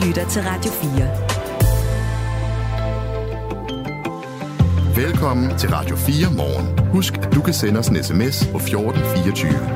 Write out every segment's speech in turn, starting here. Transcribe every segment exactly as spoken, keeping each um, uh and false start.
lytter til Radio fire. Velkommen til Radio fire Morgen. Husk, at du kan sende os en sms på fjorten fireogtyve.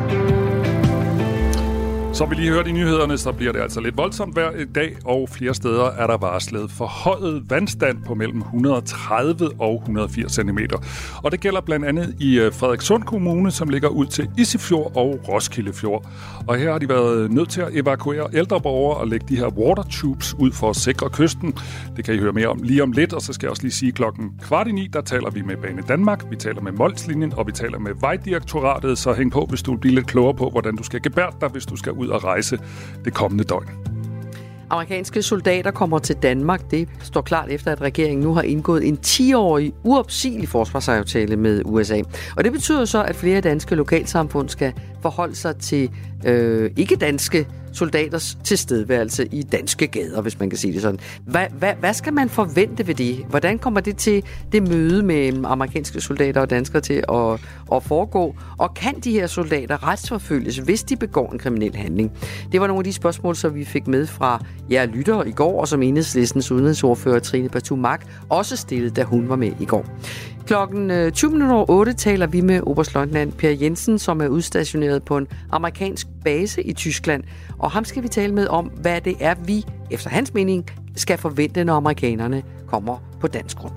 Som vi lige hørte i nyhederne, så bliver det altså lidt voldsomt hver dag, og flere steder er der varslet forhøjet vandstand på mellem et hundrede og tredive og et hundrede og firs centimeter. Og det gælder blandt andet i Frederikssund Kommune, som ligger ud til Isefjord og Roskilde Fjord. Og her har de været nødt til at evakuere ældre borgere og lægge de her water tubes ud for at sikre kysten. Det kan I høre mere om lige om lidt, og så skal jeg også lige sige klokken kvart i ni, der taler vi med Bane Danmark, vi taler med Molslinjen, og vi taler med Vejdirektoratet, så hæng på, hvis du vil blive lidt klogere på, hvordan du skal gebærde dig, hvis du skal ud at rejse det kommende døgn. Amerikanske soldater kommer til Danmark. Det står klart efter, at regeringen nu har indgået en ti-årig uopsigelig forsvarsaftale med U S A. Og det betyder så, at flere danske lokalsamfund skal forholde sig til øh, ikke-danske soldaters tilstedeværelse i danske gader, hvis man kan sige det sådan. Hvad, hvad, hvad skal man forvente ved det? Hvordan kommer det til det møde med amerikanske soldater og danskere til at, at foregå? Og kan de her soldater retsforfølges, hvis de begår en kriminel handling? Det var nogle af de spørgsmål, som vi fik med fra jer lyttere i går, og som Enhedslistens udenrigsordfører Trine Pertou Mach også stillede, da hun var med i går. Klokken tyve minutter over otte taler vi med oberstløjtnant Per Jensen, som er udstationeret på en amerikansk base i Tyskland. Og ham skal vi tale med om, hvad det er, vi, efter hans mening, skal forvente, når amerikanerne kommer på dansk grund.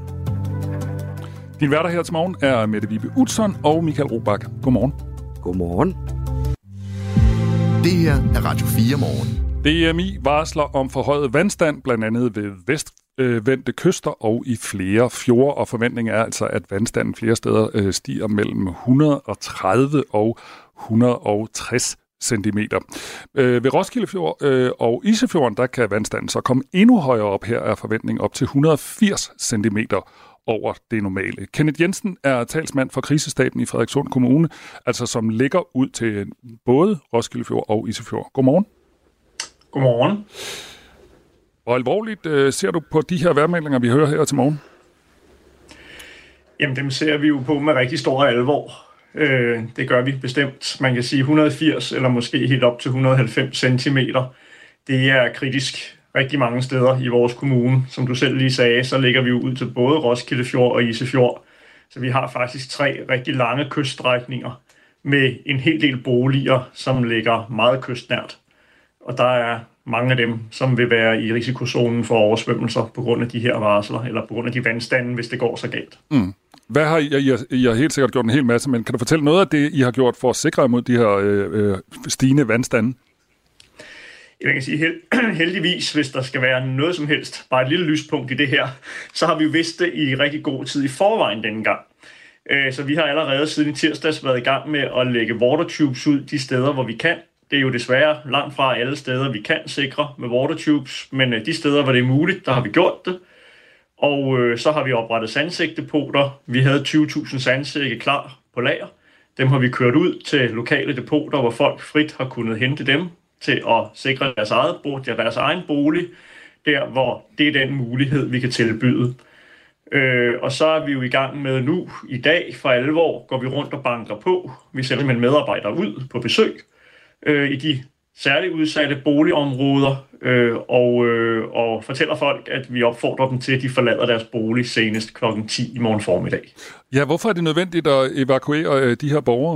Din værter her til morgen er Mette Vibe Utzon og Michael Robach. Godmorgen. Godmorgen. Det her er Radio fire Morgen. D M I varsler om forhøjet vandstand, blandt andet ved vestvendte kyster og i flere fjorde, og forventningen er altså, at vandstanden flere steder stiger mellem et hundrede og tredive og et hundrede og tres centimeter. Ved Roskilde Fjord og Isefjorden, der kan vandstanden så komme endnu højere op. Her er forventningen op til et hundrede og firs centimeter over det normale. Kenneth Jensen er talsmand for krisestaben i Frederikssund Kommune, altså som ligger ud til både Roskilde Fjord og Isefjord. Godmorgen. Godmorgen. Hvor alvorligt øh, ser du på de her vejrmeldinger, vi hører her til morgen? Jamen, dem ser vi jo på med rigtig stor alvor. Øh, det gør vi bestemt. Man kan sige et hundrede og firs eller måske helt op til et hundrede og halvfems centimeter. Det er kritisk rigtig mange steder i vores kommune. Som du selv lige sagde, så ligger vi jo ud til både Roskilde Fjord og Isefjord. Så vi har faktisk tre rigtig lange kyststrækninger med en hel del boliger, som ligger meget kystnært. Og der er mange af dem, som vil være i risikozonen for oversvømmelser på grund af de her varsler, eller på grund af de vandstande, hvis det går så galt. Mm. Hvad har I, I, har, I har helt sikkert gjort en hel masse, men kan du fortælle noget af det, I har gjort for at sikre imod de her øh, stigende vandstande? Jeg kan sige held, heldigvis, hvis der skal være noget som helst, bare et lille lyspunkt i det her, så har vi jo vidst det i rigtig god tid i forvejen denne gang. Så vi har allerede siden i tirsdags været i gang med at lægge watertubes ud de steder, hvor vi kan. Det er jo desværre langt fra alle steder, vi kan sikre med watertubes, men de steder, hvor det er muligt, der har vi gjort det. Og øh, så har vi oprettet sandsækdepoter. Vi havde tyve tusind sandsække klar på lager. Dem har vi kørt ud til lokale depoter, hvor folk frit har kunnet hente dem til at sikre deres, eget, deres egen bolig, der hvor det er den mulighed, vi kan tilbyde. Øh, og så er vi jo i gang med nu, i dag for alvor, går vi rundt og banker på. Vi sender med medarbejdere ud på besøg øh, i de særligt udsatte boligområder øh, og, øh, og fortæller folk, at vi opfordrer dem til, at de forlader deres bolig senest klokken ti i morgen formiddag. Ja, hvorfor er det nødvendigt at evakuere øh, de her borgere?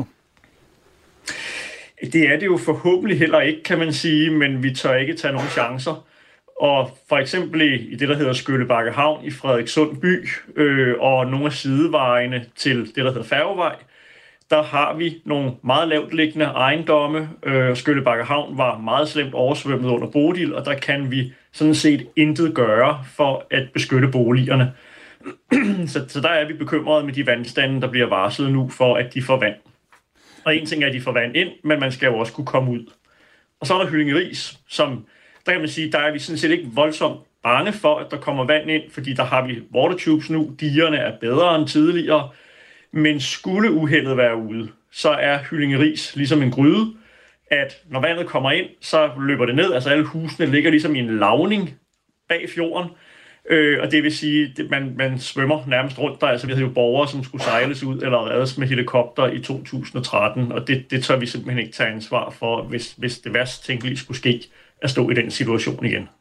Det er det jo forhåbentlig heller ikke, kan man sige, men vi tør ikke tage nogen chancer. Og for eksempel i det, der hedder Skøllebakke Havn i Frederikssund by, øh, og nogle af sidevejene til det, der hedder Færgevej, der har vi nogle meget lavt liggende ejendomme. Øh, Skøllebakke Havn var meget slemt oversvømmet under Bodil, og der kan vi sådan set intet gøre for at beskytte boligerne. så, så der er vi bekymrede med de vandstande, der bliver varslet nu, for at de får vand. Og en ting er, at de får vand ind, men man skal jo også kunne komme ud. Og så er der Hyllingeris, som, der kan man sige, der er vi sådan set ikke voldsomt bange for, at der kommer vand ind, fordi der har vi watertubes nu. Digerne er bedre end tidligere. Men skulle uheldet være ude, så er Hyllingeris ligesom en gryde, at når vandet kommer ind, så løber det ned. Altså alle husene ligger ligesom i en lavning bag fjorden. Øh, og det vil sige, at man, man svømmer nærmest rundt der. Altså vi havde jo borgere, som skulle sejles ud eller reddes med helikopter i to tusind og tretten. Og det, det tør vi simpelthen ikke tage ansvar for, hvis, hvis det værst tænkelige skulle ske, at stå i den situation igen.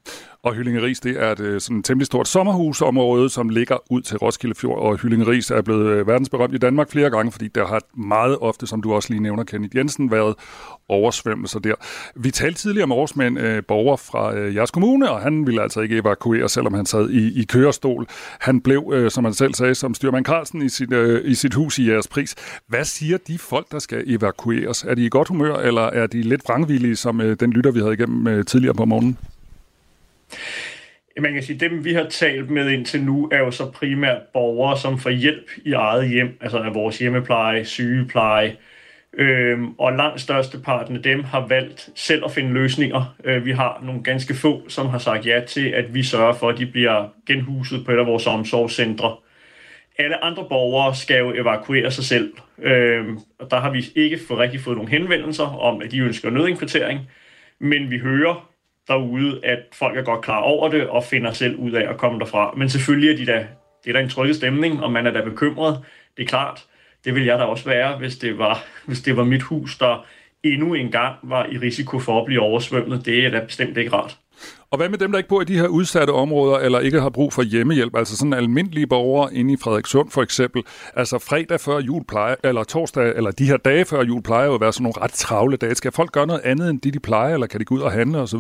Og Hyllinge-Ris, det er et sådan temmelig stort sommerhusområde, som ligger ud til Roskilde Fjord, og Hyllinge-Ris er blevet verdensberømt i Danmark flere gange, fordi der har meget ofte, som du også lige nævner, Kenneth Jensen, været oversvømmelser der. Vi talte tidligere med års med en øh, borger fra øh, jeres kommune, og han ville altså ikke evakuere, selvom han sad i, i kørestol. Han blev, øh, som han selv sagde, som styrmand Carlsen i sit, øh, i sit hus i jeres pris. Hvad siger de folk, der skal evakueres? Er de i godt humør, eller er de lidt vrangvillige, som øh, den lytter, vi havde igennem øh, tidligere på morgenen? Man kan sige, at dem, vi har talt med indtil nu, er jo så primært borgere, som får hjælp i eget hjem, altså af vores hjemmepleje, sygepleje, øhm, og langt størsteparten af dem har valgt selv at finde løsninger. Øh, vi har nogle ganske få, som har sagt ja til, at vi sørger for, at de bliver genhuset på et af vores omsorgscentre. Alle andre borgere skal jo evakuere sig selv, øhm, og der har vi ikke for rigtig fået nogle henvendelser om, at de ønsker nødindkvartering, men vi hører derude, at folk er godt klar over det og finder selv ud af at komme derfra. Men selvfølgelig er de da, det er da en trygge stemning, og man er da bekymret. Det er klart, det vil jeg da også være, hvis det var, hvis det var mit hus, der endnu en gang var i risiko for at blive oversvømmet. Det er da bestemt ikke rart. Og hvad med dem, der ikke bor i de her udsatte områder, eller ikke har brug for hjemmehjælp, altså sådan almindelige borgere inde i Frederikssund for eksempel, altså fredag før jul plejer, eller torsdag, eller de her dage før jul plejer jo at være sådan nogle ret travle dage. Skal folk gøre noget andet, end de, de plejer, eller kan de gå ud og handle osv.?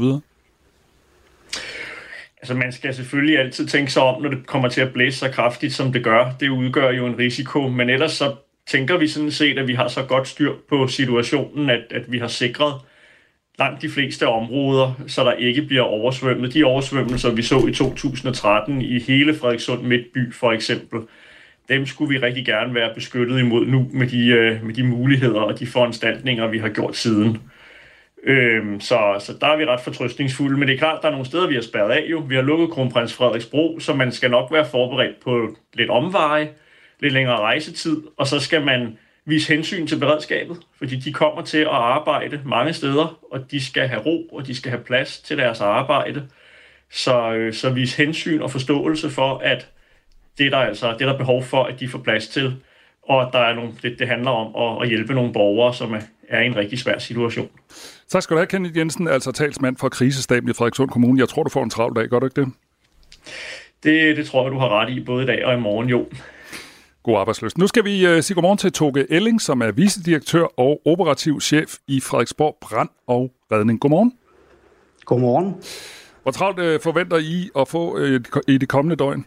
Altså man skal selvfølgelig altid tænke sig om, når det kommer til at blæse så kraftigt, som det gør. Det udgør jo en risiko, men ellers så tænker vi sådan set, at vi har så godt styr på situationen, at, at vi har sikret langt de fleste områder, så der ikke bliver oversvømmet. De oversvømmelser, vi så i to tusind og tretten i hele Frederikssund Midtby for eksempel, dem skulle vi rigtig gerne være beskyttet imod nu med de, med de muligheder og de foranstaltninger, vi har gjort siden. Øhm, så, så der er vi ret fortrøstningsfulde, men det er klart, der er nogle steder, vi har spærret af jo. Vi har lukket Kronprins Frederiks Bro, så man skal nok være forberedt på lidt omveje, lidt længere rejsetid, og så skal man vise hensyn til beredskabet, fordi de kommer til at arbejde mange steder, og de skal have ro, og de skal have plads til deres arbejde. Så, øh, så vise hensyn og forståelse for, at det er der altså det er der behov for, at de får plads til, og der er nogle, det, det handler om at, at hjælpe nogle borgere, som er, er i en rigtig svær situation. Tak skal du have, Kenneth Jensen, altså talsmand for krisestaben i Frederikssund Kommune. Jeg tror, du får en travl dag, gør du ikke det? Det, det tror jeg, du har ret i, både i dag og i morgen, jo. God arbejdsløst. Nu skal vi uh, sige godmorgen til Toge Elling, som er vicedirektør og operativ chef i Frederiksborg Brand og Redning. Godmorgen. Godmorgen. Hvor travlt uh, forventer I at få uh, i de kommende døgn?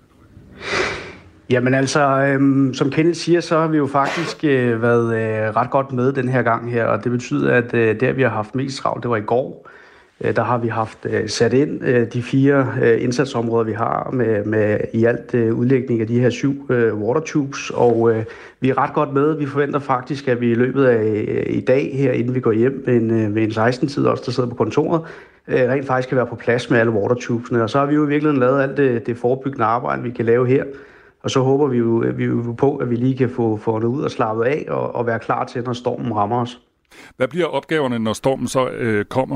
Jamen altså, øhm, som Kenneth siger, så har vi jo faktisk øh, været øh, ret godt med den her gang her, og det betyder, at øh, der vi har haft mest travlt, det var i går. Øh, der har vi haft øh, sat ind øh, de fire øh, indsatsområder, vi har med, med i alt øh, udlægning af de her syv øh, watertubes, og øh, vi er ret godt med. Vi forventer faktisk, at vi i løbet af øh, i dag, her inden vi går hjem med en, øh, med en seksten-tid, også der sidder på kontoret, øh, rent faktisk kan være på plads med alle watertubesene. Og så har vi jo i virkeligheden lavet alt det, det forebyggende arbejde, vi kan lave her. Og så håber vi jo, vi jo på, at vi lige kan få, få det ud og slappet af og, og være klar til, når stormen rammer os. Hvad bliver opgaverne, når stormen så øh, kommer?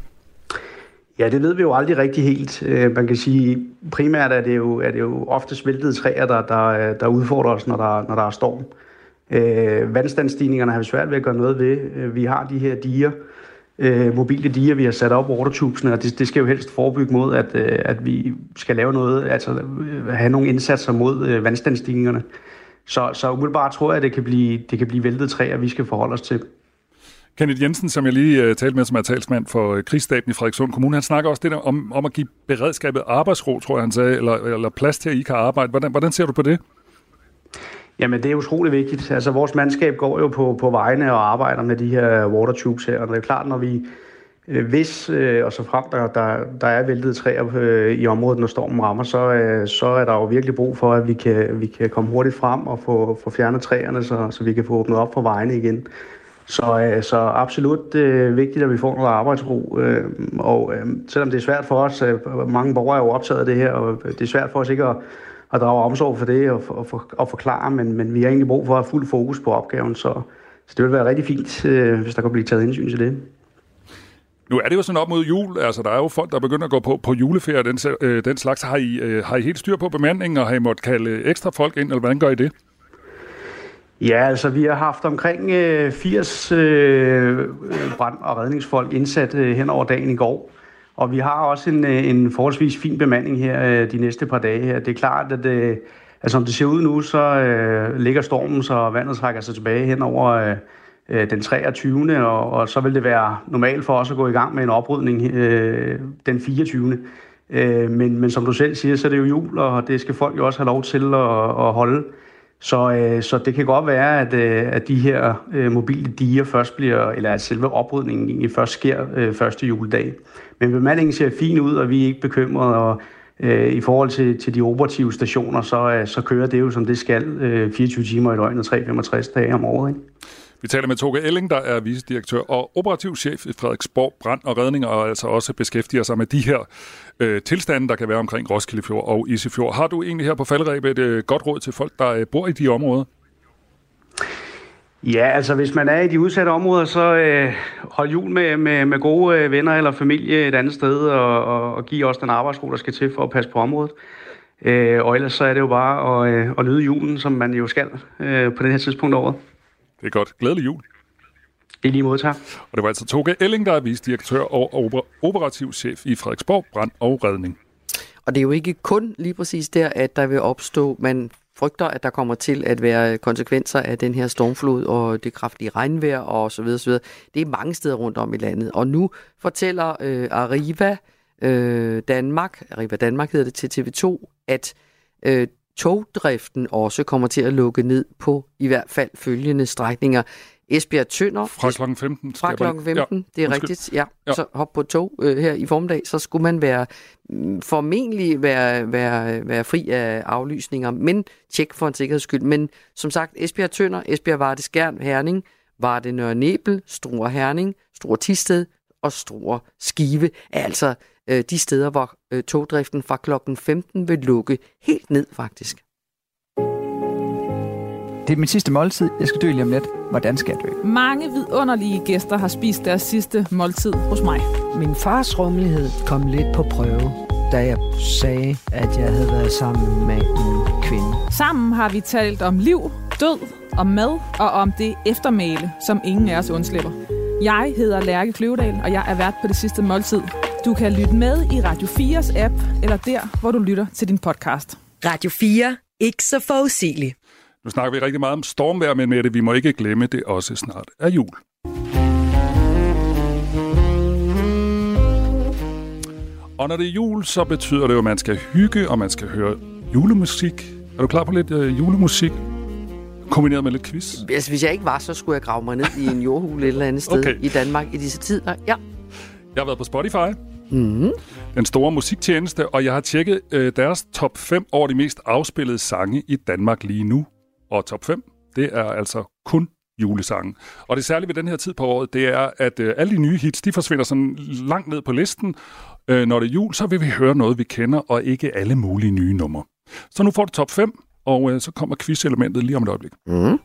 Ja, det ved vi jo aldrig rigtig helt. Øh, man kan sige, primært er det jo, er det jo ofte smeltede træer, der, der, der udfordrer os, når der, når der er storm. Øh, vandstandsstigningerne har vi svært ved at gøre noget ved. Vi har de her diger, øh, mobile diger, vi har sat op watertubesene, og det, det skal jo helst forebygge mod, at, øh, at vi skal lave noget, altså have nogle indsatser mod øh, vandstandsstigningerne. Så, så umiddelbart tror jeg, at det kan blive, det kan blive væltet træer, vi skal forholde os til. Kenneth Jensen, som jeg lige uh, talte med, som er talsmand for uh, krigsstaben i Frederikssund Kommune, han snakker også det der om, om at give beredskabet arbejdsro, tror jeg han sagde, eller, eller plads til, at I kan arbejde. Hvordan, hvordan ser du på det? Jamen, det er utrolig vigtigt. Altså, vores mandskab går jo på, på vejene og arbejder med de her watertubes her, og det er klart, når vi, hvis øh, og så frem der, der, der er væltede træer øh, i området, når stormen rammer, så, øh, så er der jo virkelig brug for, at vi kan, vi kan komme hurtigt frem og få, få fjernet træerne, så, så vi kan få åbnet op for vejene igen. Så, øh, så absolut øh, vigtigt, at vi får noget arbejdsro, øh, og øh, selvom det er svært for os, øh, mange borgere er jo optaget af det her, og det er svært for os ikke at og drage omsorg for det og, og, for, og forklare, men, men vi har egentlig brug for at have fuld fokus på opgaven, så, så det vil være rigtig fint, øh, hvis der kan blive taget hensyn til det. Nu er det jo sådan op mod jul, altså der er jo folk, der begynder at gå på, på juleferie, den, øh, den slags. Har I, øh, har I helt styr på bemandingen, og har I måttet kalde ekstra folk ind, eller hvordan gør I det? Ja, altså vi har haft omkring øh, firs øh, brand- og redningsfolk indsat øh, hen over dagen i går. Og vi har også en, en forholdsvis fin bemanding her de næste par dage her. Det er klart, at, at som det ser ud nu, så øh, ligger stormen, så vandet trækker sig tilbage hen over øh, den treogtyvende Og, og så vil det være normalt for os at gå i gang med en oprydning øh, den fireogtyvende Øh, men, men som du selv siger, så er det jo jul, og det skal folk jo også have lov til at, at holde. Så, øh, så det kan godt være, at, øh, at de her øh, mobile diger først bliver, eller at selve oprydningen egentlig først sker øh, første juledag. Men bemandingen ser fin ud, og vi er ikke bekymrede, og øh, i forhold til, til de operative stationer, så, øh, så kører det jo som det skal øh, fireogtyve timer i døgnet, tre hundrede og femogtres dage om året, ikke? Vi taler med Toge Elling, der er vicedirektør og operativ chef i Frederiksborg Brand og Redning, og altså også beskæftiger sig med de her øh, tilstande, der kan være omkring Roskilde Fjord og Isefjord. Har du egentlig her på falderebet et øh, godt råd til folk, der øh, bor i de områder? Ja, altså hvis man er i de udsatte områder, så øh, hold jul med, med, med gode øh, venner eller familie et andet sted, og, og, og giv også den arbejdsro, der skal til for at passe på området. Øh, og ellers så er det jo bare at, øh, at nyde julen, som man jo skal øh, på det her tidspunkt af året. Det er godt. Glædelig jul. I lige måde, tak. Og det var altså Toge Elling, der er vicedirektør og oper- operativ chef i Frederiksborg Brand og Redning. Og det er jo ikke kun lige præcis der, at der vil opstå, man frygter, at der kommer til at være konsekvenser af den her stormflod og det kraftige regnvejr og så videre, så videre. Det er mange steder rundt om i landet. Og nu fortæller øh, Arriva øh, Danmark, Arriva Danmark hedder det til T V to, at øh, togdriften også kommer til at lukke ned på i hvert fald følgende strækninger. Esbjerg-Tønder. Fra klokken femten. Fra klokken femten, ja, det er undskyld. rigtigt. Ja. Ja. Så hop på et tog øh, her i formiddag, så skulle man være formentlig være, være, være fri af aflysninger, men tjek for en sikkerheds skyld. Men som sagt, Esbjerg-Tønder, Esbjerg-Varde Skjern, Herning, Varde Nørre Nebel, Struer Herning, Struer Thisted og Struer Skive er altså øh, de steder, hvor øh, togdriften fra klokken femten vil lukke helt ned faktisk. Det er mit sidste måltid. Jeg skal dø lige om lidt. Hvordan skal jeg dø? Mange vidunderlige gæster har spist deres sidste måltid hos mig. Min fars rummelighed kom lidt på prøve, da jeg sagde, at jeg havde været sammen med en kvinde. Sammen har vi talt om liv, død, om mad og om det eftermæle, som ingen af os undslipper. Jeg hedder Lærke Kløvedal, og jeg er vært på Det Sidste Måltid. Du kan lytte med i Radio fires app, eller der, hvor du lytter til din podcast. Radio fire. Ikke så forudsigeligt. Nu snakker vi rigtig meget om stormvejr, men med det, vi må ikke glemme, det også snart er jul. Og når det er jul, så betyder det jo, at man skal hygge, og man skal høre julemusik. Er du klar på lidt øh, julemusik? Kombineret med lidt quiz? Altså, hvis jeg ikke var, så skulle jeg grave mig ned i en jordhule et eller andet sted okay. i Danmark i disse tider. Ja. Jeg har været på Spotify. Mm-hmm. Den store musiktjeneste, og jeg har tjekket øh, deres top fem over de mest afspillede sange i Danmark lige nu. Og top fem, det er altså kun julesange. Og det særlige ved den her tid på året, det er, at øh, alle de nye hits, de forsvinder sådan langt ned på listen. Øh, når det er jul, så vil vi høre noget, vi kender, og ikke alle mulige nye numre. Så nu får du top fem, og øh, så kommer quiz-elementet lige om et øjeblik. Mm.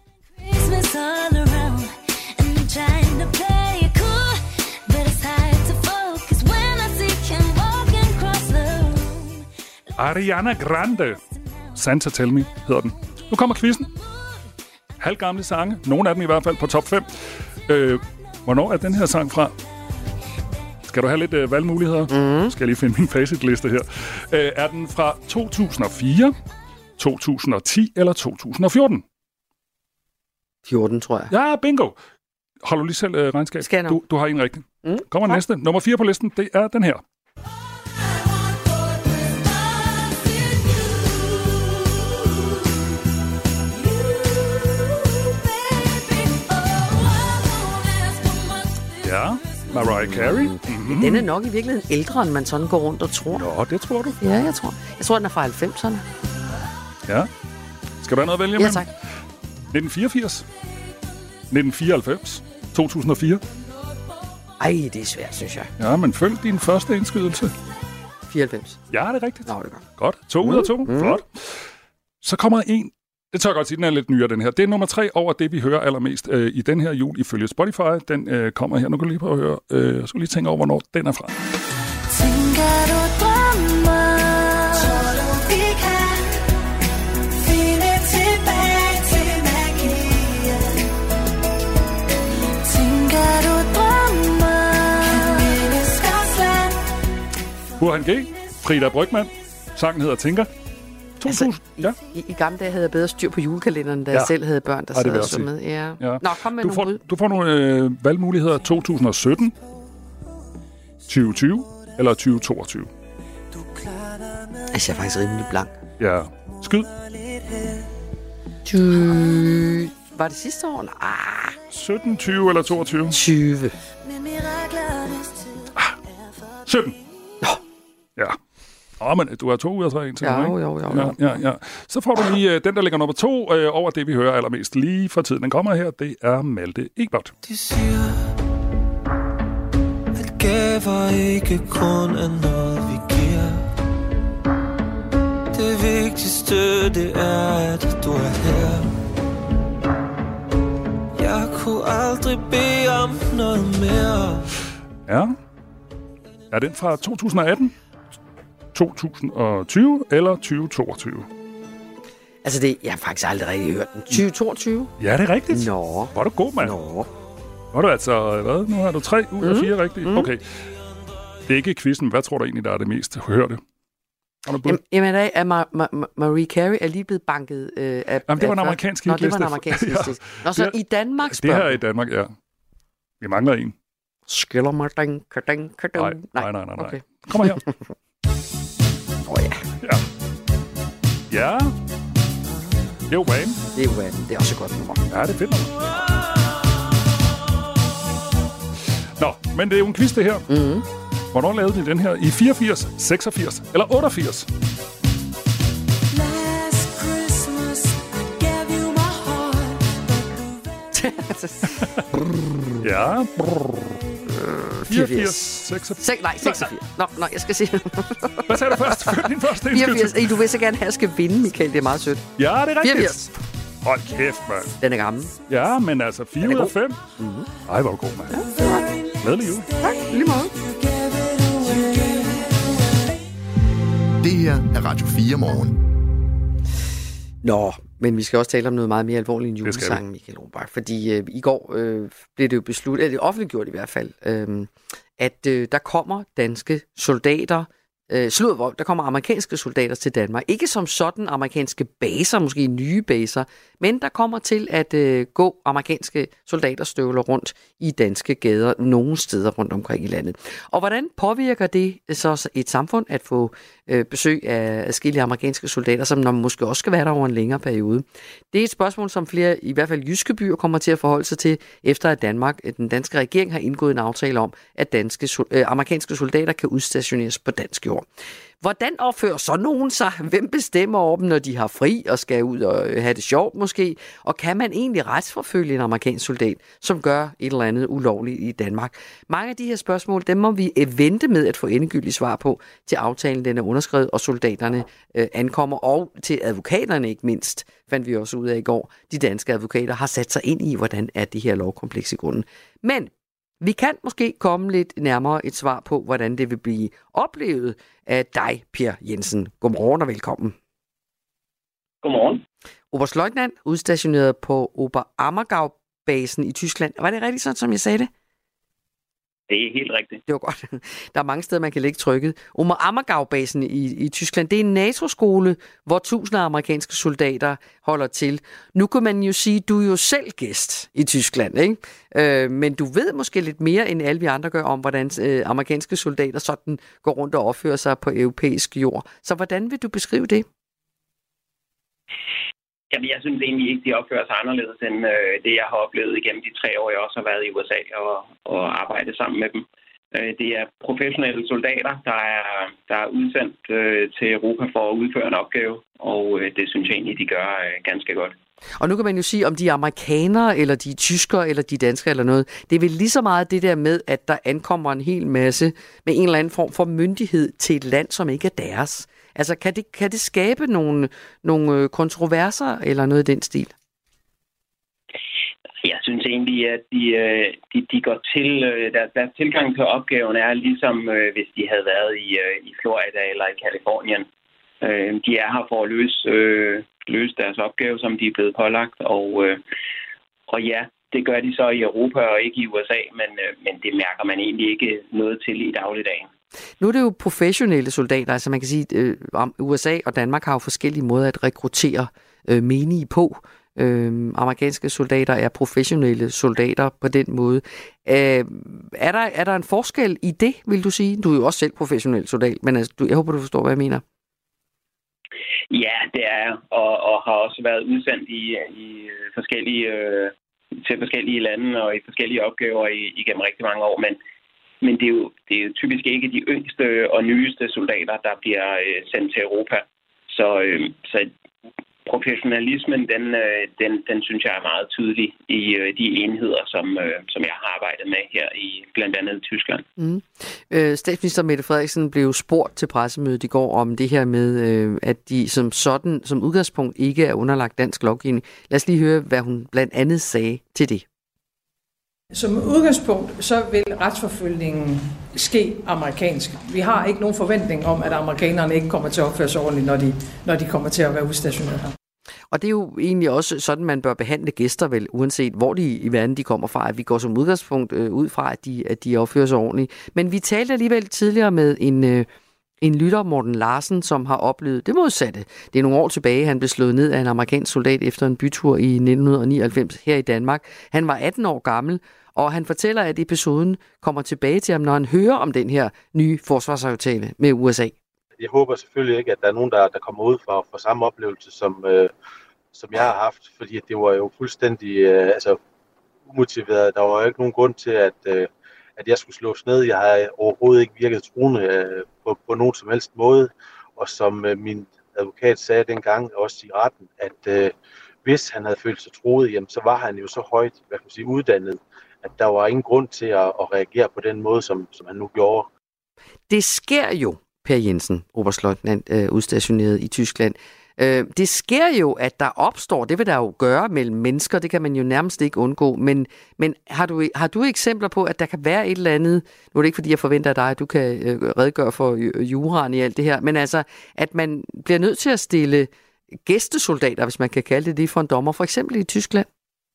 Ariana Grande. Santa Tell Me hedder den. Nu kommer quizzen. Halvgamle sange. Nogle af dem i hvert fald på top fem. Øh, hvornår er den her sang fra? Skal du have lidt øh, valgmuligheder? Mm. Skal jeg lige finde min facitliste her. Øh, er den fra to tusind og fire, to tusind og ti eller to tusind og fjorten? fjorten, tror jeg. Ja, bingo. Hold du lige selv øh, regnskab. Skal du, du har en rigtig. Mm. Kommer ja. næste. Nummer fire på listen, det er den her. Ja, Mariah Carey. Mm-hmm. Den er nok i virkeligheden ældre, end man sådan går rundt og tror. Nå, det tror du? Ja, jeg tror. Jeg tror, den er fra halvfemserne. Ja. Skal du have noget at vælge Ja, med? tak. nitten fireogfirs, nitten fireoghalvfems, to tusind og fire. Ej, det er svært, synes jeg. Ja, men følg din første indskydelse. fireoghalvfems. Ja, det er rigtigt. Nå, det er godt. Godt. To mm. ud af to. Mm. Flot. Så kommer en. Det tør jeg godt sige, den er lidt nyere, den her. Det er nummer tre over det, vi hører allermest øh, i den her jul, ifølge Spotify. Den øh, kommer her. Nu kan du lige prøve at høre. Øh, jeg skulle lige tænke over, hvornår den er fra. Tænker du drømmer, tror du vi kan finde tilbage til magien? Tænker du drømmer, kan menneskers land Burhan G, Frida Brygmann. Sangen hedder Tinker. to tusind, altså, ja. I, i, I gamle dage havde jeg bedre styr på julekalenderen, da ja. jeg selv havde børn, der ja, sad og så med. Ja. Ja. Nå, kom med du nogle får, bud. Du får nogle øh, valgmuligheder to tusind og sytten, tyve tyve eller tyve toogtyve. Altså, jeg er faktisk rimelig blank. Ja. Skyd. tyve Var det sidste år? Nej. sytten, tyve eller toogtyve? tyve Ah, sytten. Ja. Åh, men du har to ud af tre indtil. Jo, ikke? jo, jo, jo. Ja, ja, ja. Så får du lige øh, den, der ligger nummer to øh, over det, vi hører allermest lige for tiden. Den kommer her, det er Malte Ebert. De siger, at gaver ikke kun er noget, vi giver. Det vigtigste, det er, at du er her. Jeg kunne aldrig bede om noget mere. Ja. Er den fra to tusind og atten, to tusind og tyve eller tyve toogtyve? Altså, det, jeg har faktisk aldrig rigtig hørt den. tyve toogtyve? Ja, det er rigtigt. Nå. Var du god, mand? Nå. Var du altså, hvad? Nu har du tre ud af Mm. fire rigtige. Mm. Okay. Det er ikke quizzen. Hvad tror du egentlig, der er det mest hørte? Har du bud? Jamen, jamen er, er Ma- Ma- Ma- Marie Carey er lige blevet banket øh, af... Jamen, det var en af- amerikansk Nå, det var hitliste. en amerikansk Ja. hitliste. Nå, så Det er- i Danmark Det spørger her er i Danmark, ja. Vi mangler en. Skiller mig, ding, kading, kading. Nej, nej, nej, nej. nej. Okay. Kommer her. Åh oh, ja. Ja. Ja. Det er jo Wham. Det er jo Wham. Det er også et godt nummer. Ja, det er fedt nummer. Nå, men det er jo en quiz, det her. Mm-hmm. Hvornår lavede de den her? I fireogfirs, seksogfirs eller otteogfirs? Last Christmas, I gave you my heart. Ja. fireogfirs, seksogfirs. Se, nej, seksogfirs. Nå, nå, jeg skal se. Hvad sagde du først? Før din første indskydelse. fireogfirs. Ej, du vil så gerne have, at jeg skal vinde, Michael. Det er meget sødt. Ja, det er rigtigt. fireogfirs. Hold kæft, mand. Den er gammel. Ja, men altså fire ud af fem. Mm-hmm. Ej, hvor er du god, mand. Ja, glædelig jul. Tak, lige måde. Det her er Radio fire Morgen. Nå, men vi skal også tale om noget meget mere alvorligt end Det skal julesangen, Michael Robach. Fordi øh, i går øh, blev det jo besluttet, eller det offentliggjort i hvert fald, øh, at øh, der kommer danske soldater, øh, slået, der kommer amerikanske soldater til Danmark. Ikke som sådan amerikanske baser, måske nye baser, men der kommer til at øh, gå amerikanske soldater støvler rundt i danske gader nogle steder rundt omkring i landet. Og hvordan påvirker det så et samfund at få øh, besøg af adskillige amerikanske soldater, som når man måske også skal være der over en længere periode? Det er et spørgsmål, som flere, i hvert fald jyske byer, kommer til at forholde sig til, efter at Danmark, den danske regering har indgået en aftale om, at danske, øh, amerikanske soldater kan udstationeres på dansk jord. Hvordan opfører så nogen sig? Hvem bestemmer over dem, når de har fri og skal ud og have det sjovt måske? Og kan man egentlig retsforfølge en amerikansk soldat, som gør et eller andet ulovligt i Danmark? Mange af de her spørgsmål, dem må vi vente med at få endegyldigt svar på, til aftalen den er underskrevet, og soldaterne øh, ankommer, og til advokaterne ikke mindst, fandt vi også ud af i går. De danske advokater har sat sig ind i, hvordan er det her lovkompleks i grunden. Men vi kan måske komme lidt nærmere et svar på, hvordan det vil blive oplevet af dig, Per Jensen. Godmorgen og velkommen. Godmorgen. Oberstløjtnant, udstationeret på Oberammergau-basen i Tyskland. Var det rigtigt sådan, som jeg sagde det? Det er helt rigtigt. Det var godt. Der er mange steder, man kan lægge trykket. Oberammergau-basen i, i Tyskland, det er en NATO-skole, hvor tusinder af amerikanske soldater holder til. Nu kan man jo sige, du er jo selv gæst i Tyskland, ikke? Øh, men du ved måske lidt mere, end alle vi andre gør, om hvordan øh, amerikanske soldater sådan går rundt og opfører sig på europæisk jord. Så hvordan vil du beskrive det? Jamen, jeg synes egentlig ikke, de opfører sig anderledes end øh, det, jeg har oplevet igennem de tre år, jeg også har været i U S A og, og arbejdet sammen med dem. Øh, det er professionelle soldater, der er, der er udsendt øh, til Europa for at udføre en opgave, og øh, det synes jeg egentlig, de gør øh, ganske godt. Og nu kan man jo sige, om de er amerikanere, eller de er tyskere, eller de er danskere, eller noget. Det er vel lige så meget det der med, at der ankommer en hel masse med en eller anden form for myndighed til et land, som ikke er deres. Altså, kan det, kan det skabe nogle, nogle kontroverser, eller noget i den stil? Jeg synes egentlig, at de, de, de går til, der, deres tilgang til opgaven er ligesom, hvis de havde været i, i Florida eller i Kalifornien. De er her for at løse, løse deres opgave, som de er blevet pålagt, og, og ja, det gør de så i Europa og ikke i U S A, men, men det mærker man egentlig ikke noget til i dagligdagen. Nu er det jo professionelle soldater, altså man kan sige, at U S A og Danmark har jo forskellige måder at rekruttere øh, menige på. Øh, amerikanske soldater er professionelle soldater på den måde. Øh, er, der, er der en forskel i det, vil du sige? Du er jo også selv professionel soldat, men altså, du, jeg håber, du forstår, hvad jeg mener. Ja, det er jeg, og, og har også været udsendt i, i forskellige, øh, til forskellige lande og i forskellige opgaver i, igennem rigtig mange år, men Men det er, jo, det er jo typisk ikke de yngste og nyeste soldater, der bliver øh, sendt til Europa. Så, øh, så professionalismen, den, øh, den, den synes jeg er meget tydelig i øh, de enheder, som, øh, som jeg har arbejdet med her i blandt andet Tyskland. Mm. Øh, statsminister Mette Frederiksen blev spurgt til pressemødet i går om det her med, øh, at de som sådan, som udgangspunkt ikke er underlagt dansk lovgivning. Lad os lige høre, hvad hun blandt andet sagde til det. Som udgangspunkt, så vil retsforfølgningen ske amerikansk. Vi har ikke nogen forventning om, at amerikanerne ikke kommer til at opføre sig ordentligt, når de, når de kommer til at være udstationeret her. Og det er jo egentlig også sådan, man bør behandle gæster, vel, uanset hvor de i verden de kommer fra. At vi går som udgangspunkt øh, ud fra, at de, at de opfører sig ordentligt. Men vi talte alligevel tidligere med en, øh, en lytter, Morten Larsen, som har oplevet det modsatte. Det er nogle år tilbage, han blev slået ned af en amerikansk soldat efter en bytur i nitten nioghalvfems her i Danmark. Han var atten år gammel, og han fortæller, at episoden kommer tilbage til ham, når han hører om den her nye forsvarsaftale med U S A. Jeg håber selvfølgelig ikke, at der er nogen, der, der kommer ud for, for samme oplevelse, som, øh, som jeg har haft, fordi det var jo fuldstændig øh, altså, umotiveret. Der var jo ikke nogen grund til, at, øh, at jeg skulle slås ned. Jeg har overhovedet ikke virket truende øh, på, på nogen som helst måde, og som øh, min advokat sagde dengang, også i retten, at øh, hvis han havde følt sig truet, jamen, så var han jo så højt, hvad kan man sige, uddannet, at der var ingen grund til at, at reagere på den måde, som, som han nu gjorde. Det sker jo, Per Jensen, oberstløjtnant, øh, udstationeret i Tyskland. Øh, det sker jo, at der opstår, det vil der jo gøre mellem mennesker, det kan man jo nærmest ikke undgå, men, men har, du, har du eksempler på, at der kan være et eller andet, nu er det ikke fordi, jeg forventer af dig, at du kan øh, redegøre for juraen i alt det her, men altså, at man bliver nødt til at stille gæstesoldater, hvis man kan kalde det det, for en dommer, for eksempel i Tyskland?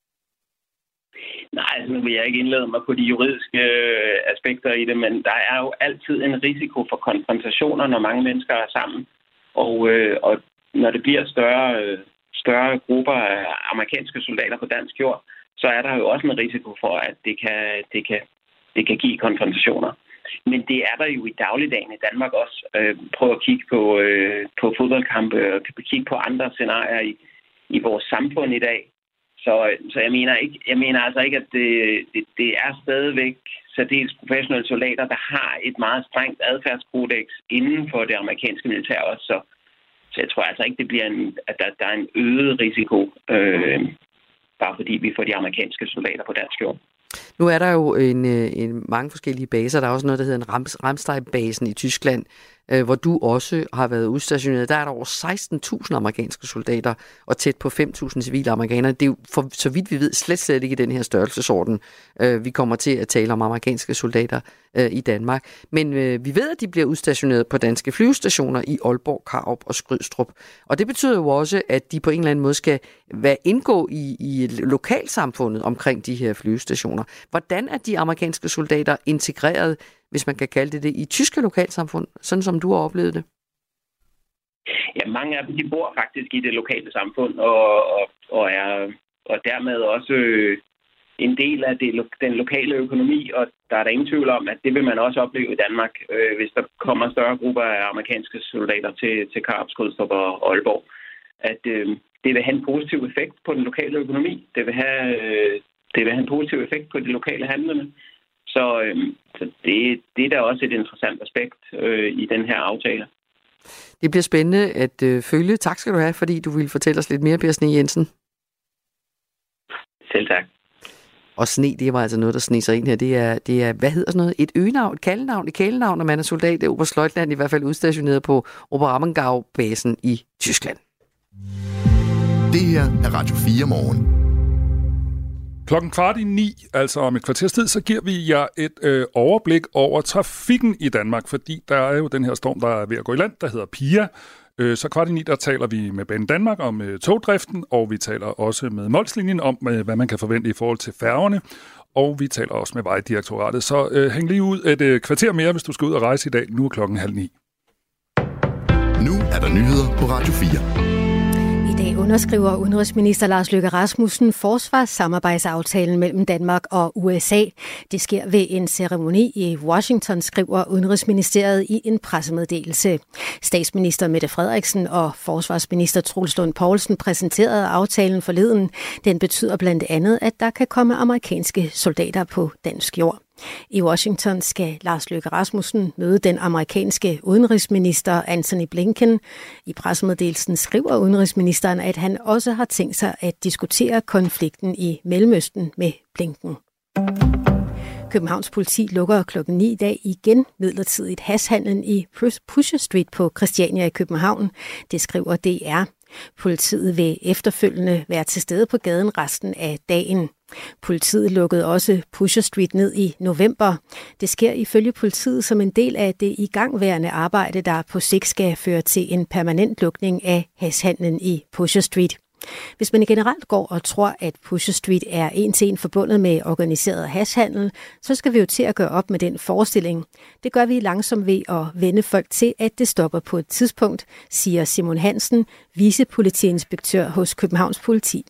Nej, altså nu vil jeg ikke indlede mig på de juridiske øh, aspekter i det, men der er jo altid en risiko for konfrontationer, når mange mennesker er sammen. Og, øh, og når det bliver større, øh, større grupper af amerikanske soldater på dansk jord, så er der jo også en risiko for, at det kan, det kan, det kan give konfrontationer. Men det er der jo i dagligdagen i Danmark også. Øh, prøv at kigge på, øh, på fodboldkampe og kigge på andre scenarier i, i vores samfund i dag. Så, så jeg mener ikke, jeg mener altså ikke, at det, det, det er stadigvæk særdeles professionelle soldater, der har et meget strengt adfærdskodex inden for det amerikanske militær også. Så, så jeg tror altså ikke, det bliver en, at der, der er en øget risiko, øh, bare fordi vi får de amerikanske soldater på dansk jord. Nu er der jo en, en mange forskellige baser. Der er også noget, der hedder en Ramstein-basen i Tyskland, øh, hvor du også har været udstationeret. Der er der over seksten tusind amerikanske soldater og tæt på fem tusind civile amerikanere. Det er jo, for så vidt vi ved, slet slet ikke i den her størrelsesorden. Øh, vi kommer til at tale om amerikanske soldater øh, i Danmark. Men øh, vi ved, at de bliver udstationeret på danske flyvestationer i Aalborg, Karup og Skrydstrup. Og det betyder jo også, at de på en eller anden måde skal være indgå i, i lokalsamfundet omkring de her flyvestationer. Hvordan er de amerikanske soldater integreret, hvis man kan kalde det det, i tyske lokalsamfund, sådan som du har oplevet det? Ja, mange af dem, de bor faktisk i det lokale samfund, og, og, og er og dermed også øh, en del af det, den lokale økonomi, og der er der ingen tvivl om, at det vil man også opleve i Danmark, øh, hvis der kommer større grupper af amerikanske soldater til, til Karup, Skrydstrup og Aalborg. At øh, det vil have en positiv effekt på den lokale økonomi. Det vil have, øh, det vil have en positiv effekt på de lokale handlende. Så, øh, så det, det er da også et interessant aspekt øh, i den her aftale. Det bliver spændende at øh, følge. Tak skal du have, fordi du ville fortælle os lidt mere, Per Sne Jensen. Selv tak. Og sne, det var altså noget, der sne sig ind her. Det er, det er hvad hedder sådan noget? Et øgenavn, et kaldenavn, et kælenavn, når man er soldat. Det er oberstløjtnant, i hvert fald udstationeret på Oberammergau-basen i Tyskland. Det her er Radio fire morgen. Klokken kvart i ni, altså om et kvarters tid, så giver vi jer et øh, overblik over trafikken i Danmark, fordi der er jo den her storm, der er ved at gå i land, der hedder Pia. Øh, så kvart i ni, der taler vi med Banen Danmark om øh, togdriften, og vi taler også med Molslinjen om, øh, hvad man kan forvente i forhold til færgerne. og vi taler også med Vejdirektoratet. Så øh, hæng lige ud et øh, kvarter mere, hvis du skal ud og rejse i dag. Nu er klokken halv ni. Nu er der nyheder på Radio fire. I dag underskriver udenrigsminister Lars Løkke Rasmussen forsvarssamarbejdsaftalen mellem Danmark og U S A. Det sker ved en ceremoni i Washington, skriver Udenrigsministeriet i en pressemeddelelse. Statsminister Mette Frederiksen og forsvarsminister Troels Lund Poulsen præsenterede aftalen forleden. Den betyder blandt andet, at der kan komme amerikanske soldater på dansk jord. I Washington skal Lars Løkke Rasmussen møde den amerikanske udenrigsminister Antony Blinken. I pressemeddelelsen skriver udenrigsministeren, at han også har tænkt sig at diskutere konflikten i Mellemøsten med Blinken. Københavns politi lukker klokken ni i dag igen midlertidigt hashhandlen i Pusher Street på Christiania i København. Det skriver D R. Politiet vil efterfølgende være til stede på gaden resten af dagen. Politiet lukkede også Pusher Street ned i november. Det sker ifølge politiet som en del af det igangværende arbejde, der på sigt skal føre til en permanent lukning af hashhandlen i Pusher Street. Hvis man generelt går og tror, at Pusher Street er en til en forbundet med organiseret hashhandel, så skal vi jo til at gøre op med den forestilling. Det gør vi langsomt ved at vende folk til, at det stopper på et tidspunkt, siger Simon Hansen, vicepolitiinspektør hos Københavns Politi.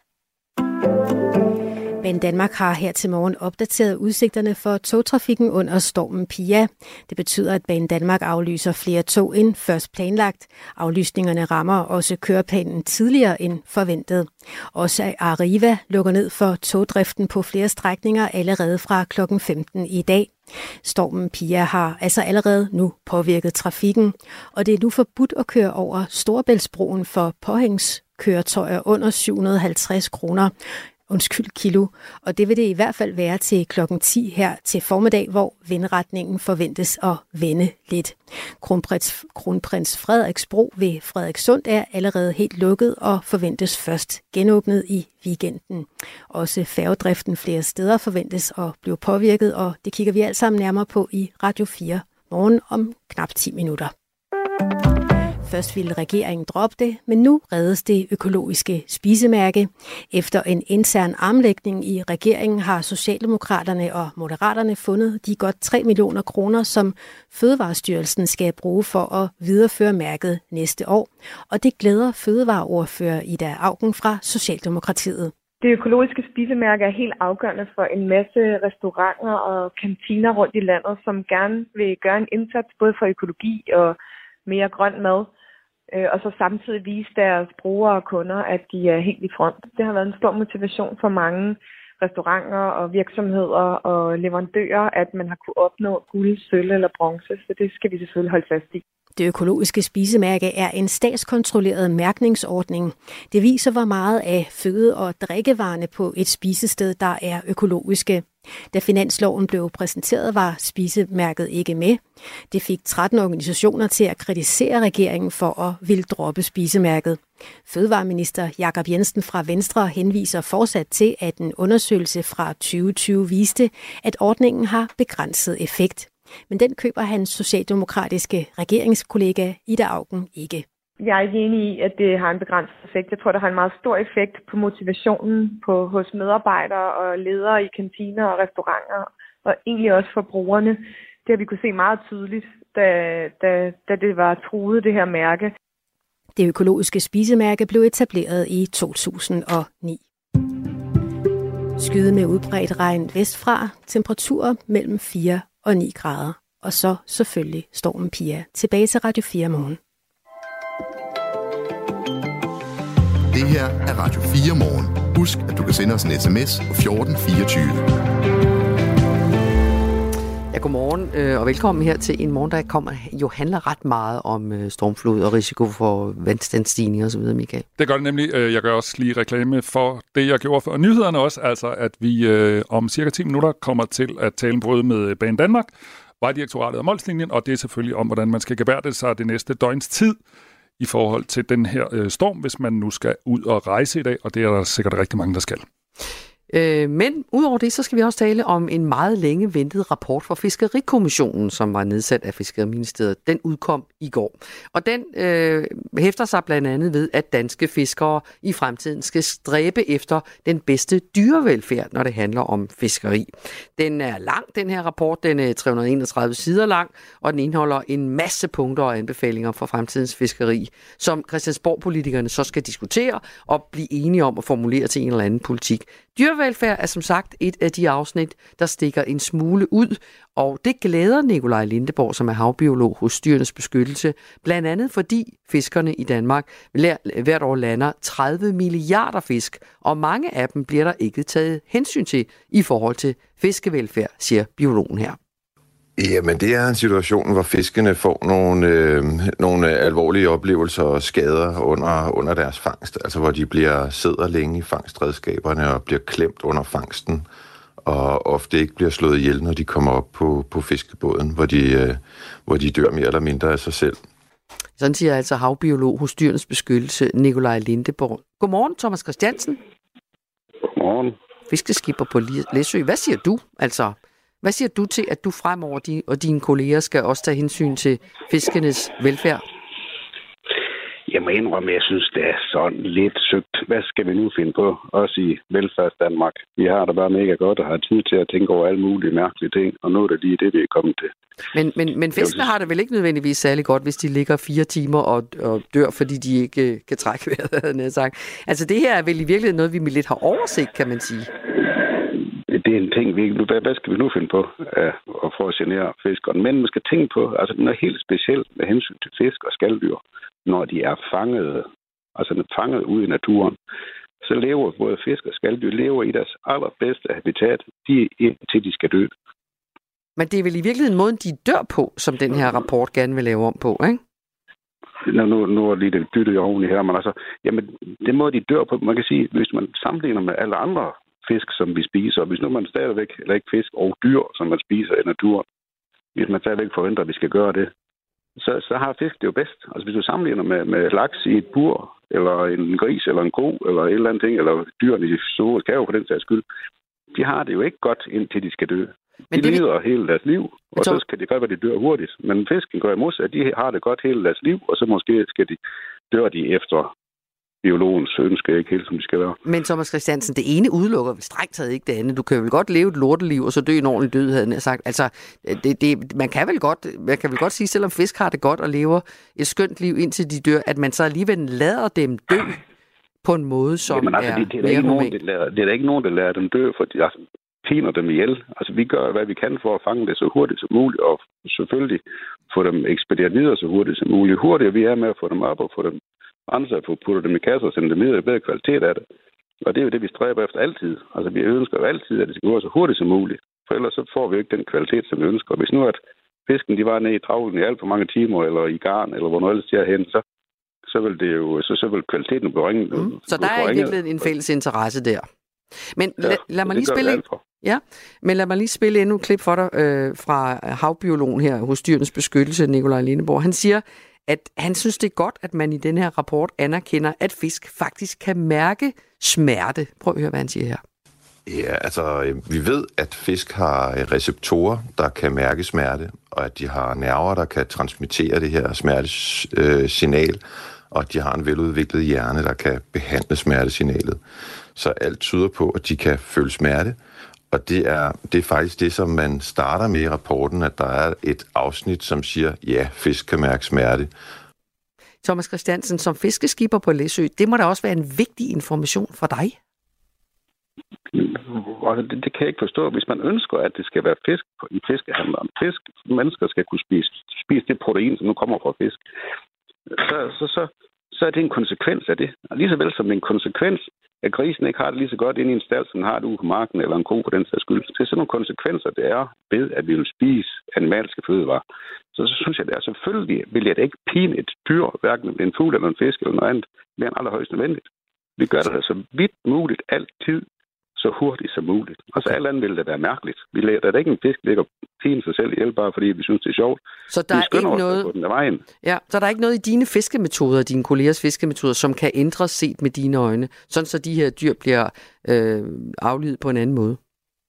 Banedanmark har her til morgen opdateret udsigterne for togtrafikken under stormen Pia. Det betyder, at Banedanmark aflyser flere tog end først planlagt. Aflysningerne rammer også køreplanen tidligere end forventet. Også Arriva lukker ned for togdriften på flere strækninger allerede fra klokken femten i dag. Stormen Pia har altså allerede nu påvirket trafikken, og det er nu forbudt at køre over Storebæltsbroen for påhængskøretøjer under syv hundrede og halvtreds kroner. Undskyld, kilo. Og det vil det i hvert fald være til klokken ti her til formiddag, hvor vindretningen forventes at vende lidt. Kronprins, Kronprins Frederiks Bro ved Frederikssund er allerede helt lukket og forventes først genåbnet i weekenden. Også færgedriften flere steder forventes at blive påvirket, og det kigger vi alt sammen nærmere på i Radio fire morgen om knap ti minutter. Først ville regeringen droppe det, men nu reddes det økologiske spisemærke. Efter en intern armlægning i regeringen har Socialdemokraterne og Moderaterne fundet de godt tre millioner kroner, som Fødevarestyrelsen skal bruge for at videreføre mærket næste år. Og det glæder fødevareordfører Ida Auken fra Socialdemokratiet. Det økologiske spisemærke er helt afgørende for en masse restauranter og kantiner rundt i landet, som gerne vil gøre en indsats både for økologi og mere grøn mad, og så samtidig vise deres brugere og kunder, at de er helt i front. Det har været en stor motivation for mange restauranter og virksomheder og leverandører, at man har kunne opnå guld, sølv eller bronze, så det skal vi selvfølgelig holde fast i. Det økologiske spisemærke er en statskontrolleret mærkningsordning. Det viser, hvor meget af føde- og drikkevarerne på et spisested, der er økologiske. Da finansloven blev præsenteret, var spisemærket ikke med. Det fik tretten organisationer til at kritisere regeringen for at ville droppe spisemærket. Fødevareminister Jakob Jensen fra Venstre henviser fortsat til, at en undersøgelse fra tyve tyve viste, at ordningen har begrænset effekt. Men den køber hans socialdemokratiske regeringskollega Ida Auken ikke. Jeg er ikke enig i, at det har en begrænset effekt. Jeg tror, der har en meget stor effekt på motivationen på, hos medarbejdere og ledere i kantiner og restauranter, og egentlig også for brugerne. Det har vi kunne se meget tydeligt, da, da, da det var truet, det her mærke. Det økologiske spisemærke blev etableret i to tusind og ni. Skyde med udbredt regn vestfra, temperaturer mellem fire og ni grader. Og så selvfølgelig stormen Pia. Tilbage til Radio fire morgen. Det her er Radio fire morgen. Husk, at du kan sende os en sms på fjorten fireogtyve. Ja, godmorgen øh, og velkommen her til en morgen, der kommer, jo handler ret meget om øh, stormflod og risiko for vandstandsstigning og så videre, Michael. Det gør det nemlig. Jeg gør også lige reklame for det, jeg gjorde for nyhederne også, altså at vi øh, om cirka ti minutter kommer til at tale både med Banedanmark, Vejdirektoratet og Molslinjen, og det er selvfølgelig om, hvordan man skal gebærde sig det næste døgns tid i forhold til den her øh, storm, hvis man nu skal ud og rejse i dag, og det er der sikkert rigtig mange, der skal. Øh, men udover det, så skal vi også tale om en meget længe ventet rapport fra Fiskerikommissionen, som var nedsat af Fiskeriministeriet. Den udkom i går. Og den øh, hæfter sig blandt andet ved, at danske fiskere i fremtiden skal stræbe efter den bedste dyrevelfærd, når det handler om fiskeri. Den er lang, den her rapport. Den er tre hundrede og enogtredive sider lang, og den indeholder en masse punkter og anbefalinger for fremtidens fiskeri, som Christiansborg-politikerne så skal diskutere og blive enige om at formulere til en eller anden politik. Dyrevelfærd er som sagt et af de afsnit, der stikker en smule ud, og det glæder Nikolaj Lindeborg, som er havbiolog hos Dyrenes Beskyttelse, blandt andet fordi fiskerne i Danmark hvert år lander tredive milliarder fisk, og mange af dem bliver der ikke taget hensyn til i forhold til fiskevelfærd, siger biologen her. Jamen, det er en situation, hvor fiskene får nogle, øh, nogle alvorlige oplevelser og skader under, under deres fangst. Altså, hvor de bliver sidder længe i fangstredskaberne og bliver klemt under fangsten, og ofte ikke bliver slået ihjel, når de kommer op på, på fiskebåden, hvor de, øh, hvor de dør mere eller mindre af sig selv. Sådan siger altså havbiolog hos Dyrenes Beskyttelse, Nikolaj Lindeborg. Godmorgen, Thomas Christiansen. Godmorgen. Fiskeskipper på Læsø. Hvad siger du? Altså... Hvad siger du til, at du fremover de, og dine kolleger skal også tage hensyn til fiskenes velfærd? Jeg må indrømme, at jeg synes, det er sådan lidt søgt. Hvad skal vi nu finde på? Også i velfærdsdanmark. Vi har det bare mega godt og har tid til at tænke over alle mulige mærkelige ting, og nu er det lige det, vi er kommet til. Men, men, men fiskene har det vel ikke nødvendigvis særlig godt, hvis de ligger fire timer og, og dør, fordi de ikke kan trække vejret, havde jeg sagt. Altså det her er vel i virkeligheden noget, vi lidt har overset, kan man sige. Det er en ting, vi hvad, hvad skal vi nu finde på uh, at få at genere fiskeren? Men man skal tænke på, altså noget helt specielt med hensyn til fisk og skaldyr, når de er fanget, altså når fanget ude i naturen, så lever både fisk og skaldyr lever i deres allerbedste habitat, de indtil de skal dø. Men det er vel i virkeligheden måden, de dør på, som den her rapport gerne vil lave om på, ikke? Nu, nu, nu er lige det dyttet oven i her, men altså, jamen, det måde, de dør på, man kan sige, hvis man sammenligner med alle andre fisk, som vi spiser. Og hvis nu man stadigvæk, eller ikke fisk og dyr, som man spiser i naturen, hvis man stadigvæk forventer, at vi skal gøre det, så, så har fisk det jo bedst. Altså hvis du sammenligner med, med laks i et bur, eller en gris, eller en ko, eller et eller andet ting, eller dyrene i zoologisk have for den sags skyld, de har det jo ikke godt, indtil de skal dø. Men de det... lider hele deres liv, og så skal det gøre, at de dør hurtigt. Men fisken gør i modsat, de har det godt hele deres liv, og så måske skal de dør de efter biologens ønske, ikke helt som de skal være. Men Thomas Christiansen, det ene udelukker vel strengt taget ikke det andet. Du kan vel godt leve et lorteliv, og så dø en ordentlig død, havde jeg sagt. Altså, det, det, man, kan vel godt, man kan vel godt sige, selvom fisk har det godt og lever et skønt liv, indtil de dør, at man så alligevel lader dem dø på en måde, som Jamen, altså, er det, det er mere ikke nogen, det, lader, det er der ikke nogen, der lader dem dø, for de altså, piner dem ihjel. Altså, vi gør, hvad vi kan for at fange det så hurtigt som muligt, og selvfølgelig få dem ekspederet videre så hurtigt som muligt. Hurtigere vi er med at få dem op og få dem ansat for at putte dem i kasser og sende dem videre i bedre kvalitet af det. Og det er jo det, vi stræber efter altid. Altså, vi ønsker jo altid, at det skal gå så hurtigt som muligt. For ellers så får vi ikke den kvalitet, som vi ønsker. Og hvis nu at fisken, de var nede i travlen i alt for mange timer, eller i garn, eller hvor noget ellers de er hen, så, så vil det jo, så, så vil kvaliteten blive ringet. Mm. Så der er i virkeligheden en fælles interesse der. Men ja, lad, lad mig lige spille ind. Ja, men lad mig lige spille endnu et klip for dig øh, fra havbiologen her hos Dyrenes Beskyttelse, Nikolaj Lindeborg. Han siger, at han synes, det er godt, at man i den her rapport anerkender, at fisk faktisk kan mærke smerte. Prøv at høre, hvad han siger her. Ja, altså, vi ved, at fisk har receptorer, der kan mærke smerte, og at de har nerver, der kan transmittere det her smertesignal, og at de har en veludviklet hjerne, der kan behandle smertesignalet. Så alt tyder på, at de kan føle smerte, og det er, det er faktisk det, som man starter med i rapporten, at der er et afsnit, som siger, ja, fisk kan mærke smerte. Thomas Christiansen, som fiskeskipper på Læsø, det må da også være en vigtig information for dig? Det, det kan jeg ikke forstå. Hvis man ønsker, at det skal være fisk i fiskehandleren, fisk, mennesker skal kunne spise, spise det protein, som nu kommer fra fisk, så, så, så, så er det en konsekvens af det. Lige så vel som en konsekvens, at grisen ikke har det lige så godt inde i en stald, som har det ude på marken, eller en ko på den sags skyld. Det er sådan nogle konsekvenser, det er ved, at vi vil spise animalske fødevarer. Så, så synes jeg, det er selvfølgelig, vil jeg da ikke pine et dyr, hverken en fugl eller en fisk eller noget andet, mere end allerhøjst nødvendigt. Vi gør det så vidt muligt altid, så så hurtigt som muligt. Og så alt andet ville det være mærkeligt. Vi lærer, der er ikke en fisk, der ligger pine sig selv ihjel, bare fordi vi synes, det er sjovt. Så der er ikke noget... på den af vejen. Ja, så der er ikke noget i dine fiskemetoder, dine kollegers fiskemetoder, som kan ændres set med dine øjne, sådan så de her dyr bliver øh, aflivet på en anden måde?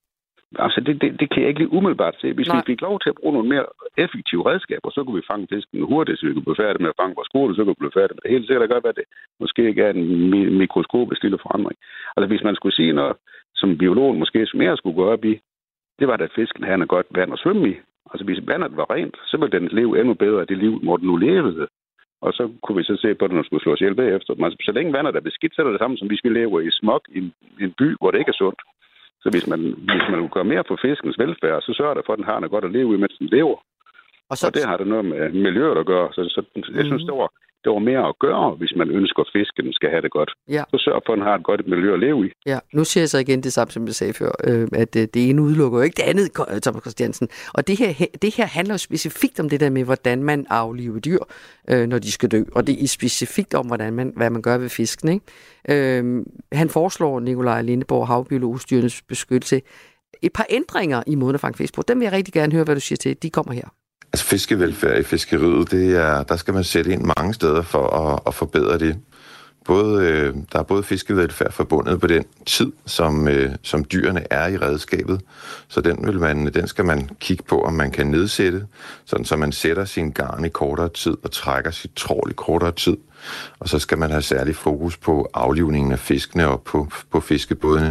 Altså, det, det, det kan jeg ikke lige umiddelbart se. Hvis Nej. vi fik lov til at bruge nogle mere effektive redskaber, så kunne vi fange fisken hurtigt, så vi kunne blive færdige med at fange vores skole, så kunne vi blive færdige med det hele. Så kan det godt være, at det måske ikke er en mi- mikroskopisk lille forandring. Altså, hvis man skulle sige noget, som biologen måske mere skulle gå op i, det var, at fisken havde noget godt vand at svømme i. Altså, hvis vandet var rent, så ville den leve endnu bedre af det liv, hvor den nu levede. Og så kunne vi så se på, at den skulle slås ihjel bagefter. Men så længe vandet er beskidt, så er det det samme, som hvis vi lever i smog i en, i en by, hvor det ikke er sundt. Så hvis man, hvis man gør mere for fiskens velfærd, så sørger det for, at den har noget godt at leve i, mens den lever. Og, så... og det har det noget med miljøet at gøre. Så, så jeg mm-hmm. synes, det var, det var mere at gøre, hvis man ønsker, at fisken skal have det godt. Ja. Så sørger for, at den har et godt miljø at leve i. Ja, nu siger jeg så igen det samme, som jeg sagde før, øh, at øh, det ene udelukker jo ikke det andet, Thomas Christiansen. Og det her, det her handler jo specifikt om det der med, hvordan man afliver dyr, øh, når de skal dø. Og det er specifikt om, hvordan man, hvad man gør ved fisken. Ikke? Øh, han foreslår, Nikolaj Lindeborg, Havbiologisk Beskyttelse, et par ændringer i måden at fange fisk på. Dem vil jeg rigtig gerne høre, hvad du siger til. De kommer her. Altså fiskevelfærd i fiskeriet, det er, der skal man sætte ind mange steder for at, at forbedre det. Både, øh, der er både fiskevelfærd forbundet på den tid, som, øh, som dyrene er i redskabet. Så den, vil man, den skal man kigge på, om man kan nedsætte, sådan så man sætter sin garn i kortere tid og trækker sit trål i kortere tid. Og så skal man have særlig fokus på aflivningen af fiskene og på, på fiskebådene,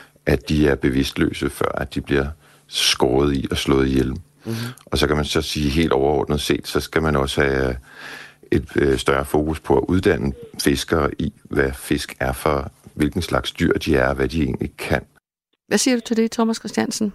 at de er bevidstløse, før at de bliver skåret i og slået ihjel. Mm-hmm. Og så kan man så sige helt overordnet set, så skal man også have et øh, større fokus på at uddanne fiskere i, hvad fisk er for, hvilken slags dyr de er, hvad de egentlig kan. Hvad siger du til det, Thomas Christiansen?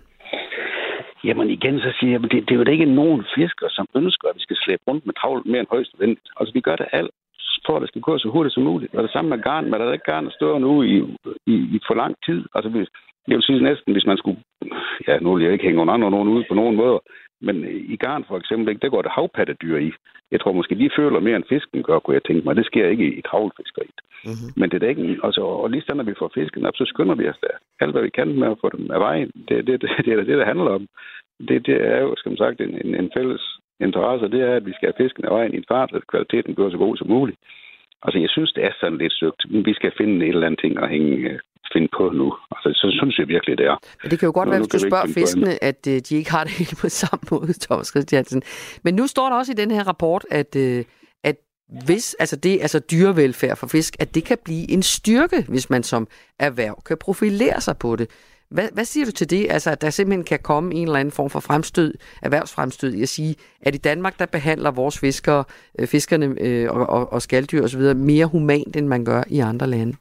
Jamen igen, så siger jeg, det, det er jo da ikke nogen fiskere, som ønsker, at vi skal slæbe rundt med travlt mere end højst nødvendigt. Altså vi gør det alt, for at det skal gå så hurtigt som muligt. Og det samme med garn, men der er ikke garn, der står nu i, i, i for lang tid. Altså jeg vil sige næsten, hvis man skulle, ja nu vil jeg ikke hænge nogen andre nogen ud på nogen måder, men i garn for eksempel, der går det havpattedyr i. Jeg tror måske, de føler mere end fisken gør, kunne jeg tænke mig. Det sker ikke i travlfiskeri. Mm-hmm. Men det er ikke, altså, og lige sådan, når vi får fisken op, så skynder vi os der. Alt, hvad vi kan med at få dem af vejen, det, det, det, det er det, det handler om. Det, det er jo, som sagt, en, en, en fælles interesse, det er, at vi skal have fisken af vejen i en fart, så kvaliteten bliver så god som muligt. Altså, jeg synes, det er sådan lidt søgt. Men vi skal finde et eller andet ting at hænge, finde på nu. Altså, så synes jeg virkelig, det er. Men det kan jo godt Nå, være, hvis du spørger fiskene, at uh, de ikke har det helt på samme måde, Thomas Christiansen. Men nu står der også i den her rapport, at, uh, at hvis, altså det, altså dyrevelfærd for fisk, at det kan blive en styrke, hvis man som erhverv kan profilere sig på det. Hvad, hvad siger du til det? Altså, at der simpelthen kan komme en eller anden form for fremstød, erhvervsfremstød i at sige, at i Danmark, der behandler vores fiskere, øh, fiskerne øh, og, og, og skalddyr osv. mere humant, end man gør i andre lande?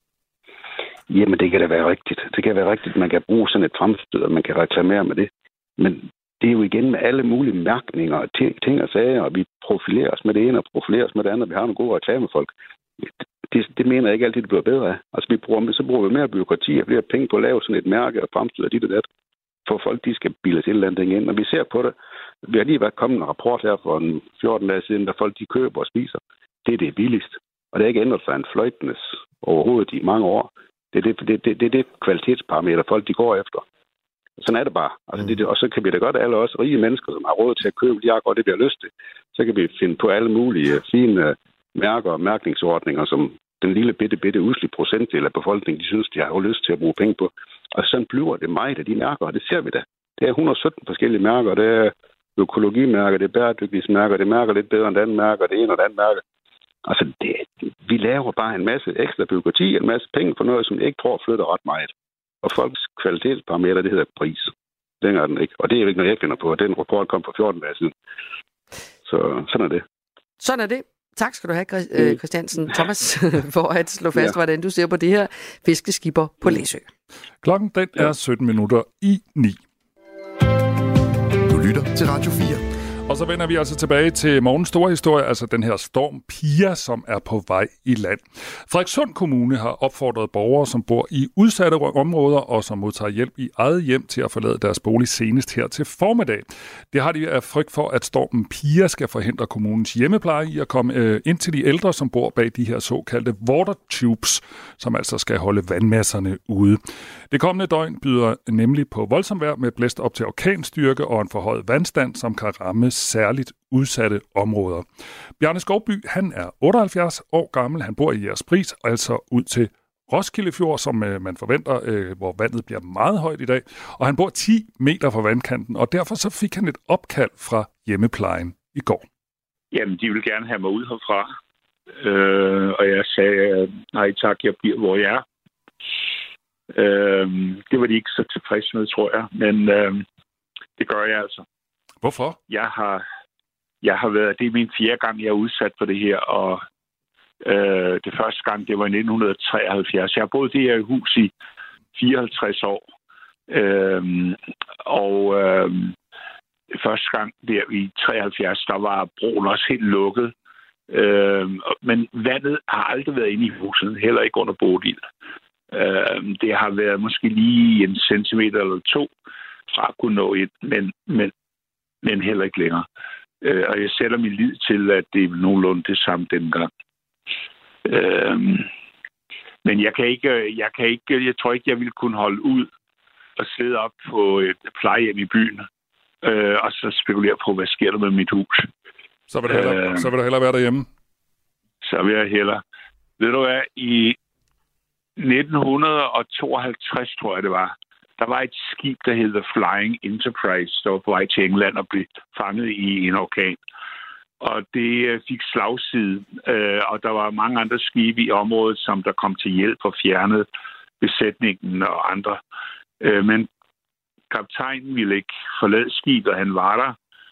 Jamen, det kan da være rigtigt. Det kan være rigtigt, at man kan bruge sådan et fremstød, og man kan reklamere med det. Men det er jo igen med alle mulige mærkninger og ting, ting og sager, og vi profilerer os med det ene og profilerer os med det andet. Vi har nogle gode reklamefolk. Det, det mener jeg ikke altid, det bliver bedre af. Altså, vi bruger, så bruger vi mere byråkrati og flere penge på at lave sådan et mærke og fremstød dit og dat, for folk, de skal bildes et eller andet ind. Og vi ser på det. Vi har lige været kommet en rapport her for en fjorten dage siden, der folk, de køber og spiser. Det er det billigst. Og det er ikke ændret sig en fløjtende overhovedet i mange år. Det er det, det, det, det, det kvalitetsparameter, folk, de går efter. Sådan er det bare. Altså, det, og så kan vi da godt, alle os rige mennesker, som har råd til at købe de akkurat det, vi har lyst til, så kan vi finde på alle mulige fine mærker og mærkningsordninger, som den lille bitte, bitte uslige procentdel af befolkningen, de synes, de har jo lyst til at bruge penge på. Og sådan bliver det meget af de mærker, og det ser vi da. Det er et hundrede og sytten forskellige mærker, det er økologimærker, det er bæredygtighedsmærker, det mærker lidt bedre end den mærker, det ene og det andet mærke. Altså, det, vi laver bare en masse ekstra byråkrati, en masse penge for noget, som jeg ikke tror flytter ret meget. Og folks kvalitetsparameter, det hedder pris. Den er den ikke. Og det er jo ikke noget, jeg finder på. Den rapport kom for fjorten dage siden. Så sådan er det. Sådan er det. Tak skal du have, Christiansen. Thomas, for at slå fast, ja. hvordan du ser på det her fiskeskipper på Læsø. Klokken den er sytten minutter i ni. Du lytter til Radio fire. Og så vender vi altså tilbage til morgens store historie, altså den her storm Pia, som er på vej i land. Frederikssund Kommune har opfordret borgere, som bor i udsatte områder og som modtager hjælp i eget hjem til at forlade deres bolig senest her til formiddag. Det har de af frygt for, at stormen Pia skal forhindre kommunens hjemmepleje i at komme øh, ind til de ældre, som bor bag de her såkaldte water tubes, som altså skal holde vandmasserne ude. Det kommende døgn byder nemlig på voldsomt vejr med blæst op til orkanstyrke og en forhøjet vandstand, som kan ramme særligt udsatte områder. Bjarne Skovby, han er otteoghalvfjerds år gammel. Han bor i Jægerspris, altså ud til Roskilde Fjord, som øh, man forventer, øh, hvor vandet bliver meget højt i dag. Og han bor ti meter fra vandkanten, og derfor så fik han et opkald fra hjemmeplejen i går. Jamen, de vil gerne have mig ud herfra. Øh, og jeg sagde, nej tak, jeg bliver, hvor jeg er. Øh, det var de ikke så tilfredse med, tror jeg. Men øh, det gør jeg altså. Hvorfor? Jeg har, jeg har været, det er min fjerde gang, jeg er udsat for det her, og øh, det første gang, det var i nitten treoghalvfjerds. Jeg har boet det her hus i fireoghalvtreds år, øh, og øh, første gang der i treoghalvfjerds, der var broen også helt lukket, øh, men vandet har aldrig været inde i huset, heller ikke under bodild. Øh, det har været måske lige en centimeter eller to fra at kunne nå et, men, men men heller ikke længere. Øh, og jeg sætter min lid til, at det er nogenlunde det samme dengang. Øh, men jeg kan ikke, jeg kan ikke, jeg tror ikke, jeg ville kunne holde ud og sidde op på et plejehjem i byen, øh, og så spekulere på, hvad sker der med mit hus. Så vil du hellere, øh, så vil du hellere være derhjemme? Så vil jeg hellere. Ved du hvad, i nitten tooghalvtreds, tror jeg det var, der var et skib, der hed The Flying Enterprise, der var på vej til England og blev fanget i en orkan. Og det fik slagside, og der var mange andre skibe i området, som der kom til hjælp og fjernede besætningen og andre. Men kaptajnen ville ikke forlade skibet, og han var der.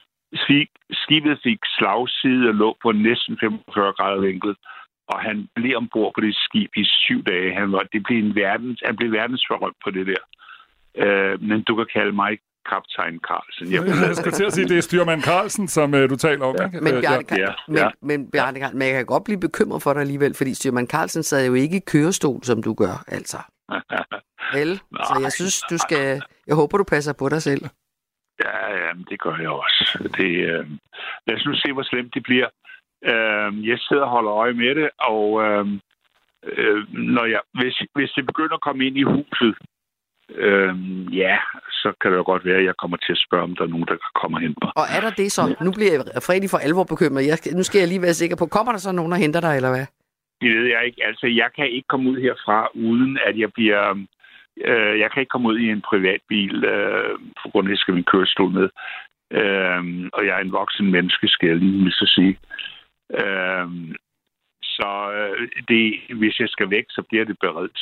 Skibet fik slagside og lå på næsten femogfyrre grader vinkel, og han blev ombord på det skib i syv dage. Han, var, det blev en verdens, han blev verdensberømt på det der. Uh, men du kan kalde mig kaptajn Carlsen. Jeg, jeg skal til at sige, det er styrmand Carlsen, som uh, du taler om. Ja. Ikke? Men Bjarne, ja. Ja. Men, ja. men Bjarne, men jeg kan godt blive bekymret for dig alligevel, fordi styrmand Carlsen sad jo ikke i kørestol, som du gør, altså. Vel? Så jeg synes, du skal... Jeg håber, du passer på dig selv. Ja, ja, det gør jeg også. Det, uh... Lad os nu se, hvor slemt det bliver. Uh, jeg sidder og holder øje med det, og uh, uh, når jeg, hvis, hvis det begynder at komme ind i huset, Øhm, ja, så kan det jo godt være, at jeg kommer til at spørge, om der er nogen, der kan komme og hente mig. Og er der det så? Nu bliver jeg Fredi for alvor bekymret. Jeg, nu skal jeg lige være sikker på, kommer der så nogen, der henter dig, eller hvad? Det ved jeg ikke. Altså, jeg kan ikke komme ud herfra, uden at jeg bliver... Øh, jeg kan ikke komme ud i en privatbil, øh, på grund af, at jeg skal min kørestol med. Øh, og jeg er en voksen menneske, skal jeg lige så sige. Øh, Så øh, det, hvis jeg skal væk, så bliver det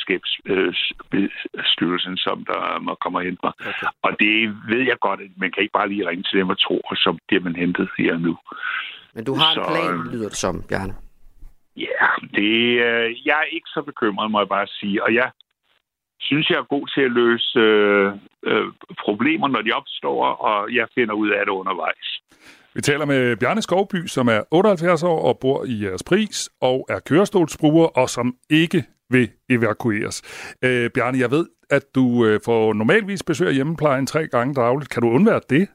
beredskabsstyrelsen, øh, som der må komme og hente mig. Okay. Og det ved jeg godt, at man kan ikke bare lige ringe til dem og tro, og så bliver man hentet her nu. Men du har så, en plan, lyder det som, Bjarne. Ja, det, øh, jeg er ikke så bekymret, må jeg bare sige. Og jeg synes, jeg er god til at løse øh, øh, problemer, når de opstår, og jeg finder ud af det undervejs. Vi taler med Bjarne Skovby, som er otteoghalvfjerds år og bor i Jægerspris og er kørestolsbruger og som ikke vil evakueres. Øh, Bjarne, jeg ved, at du øh, får normalvis besøg af hjemmeplejen tre gange dagligt. Kan du undvære det?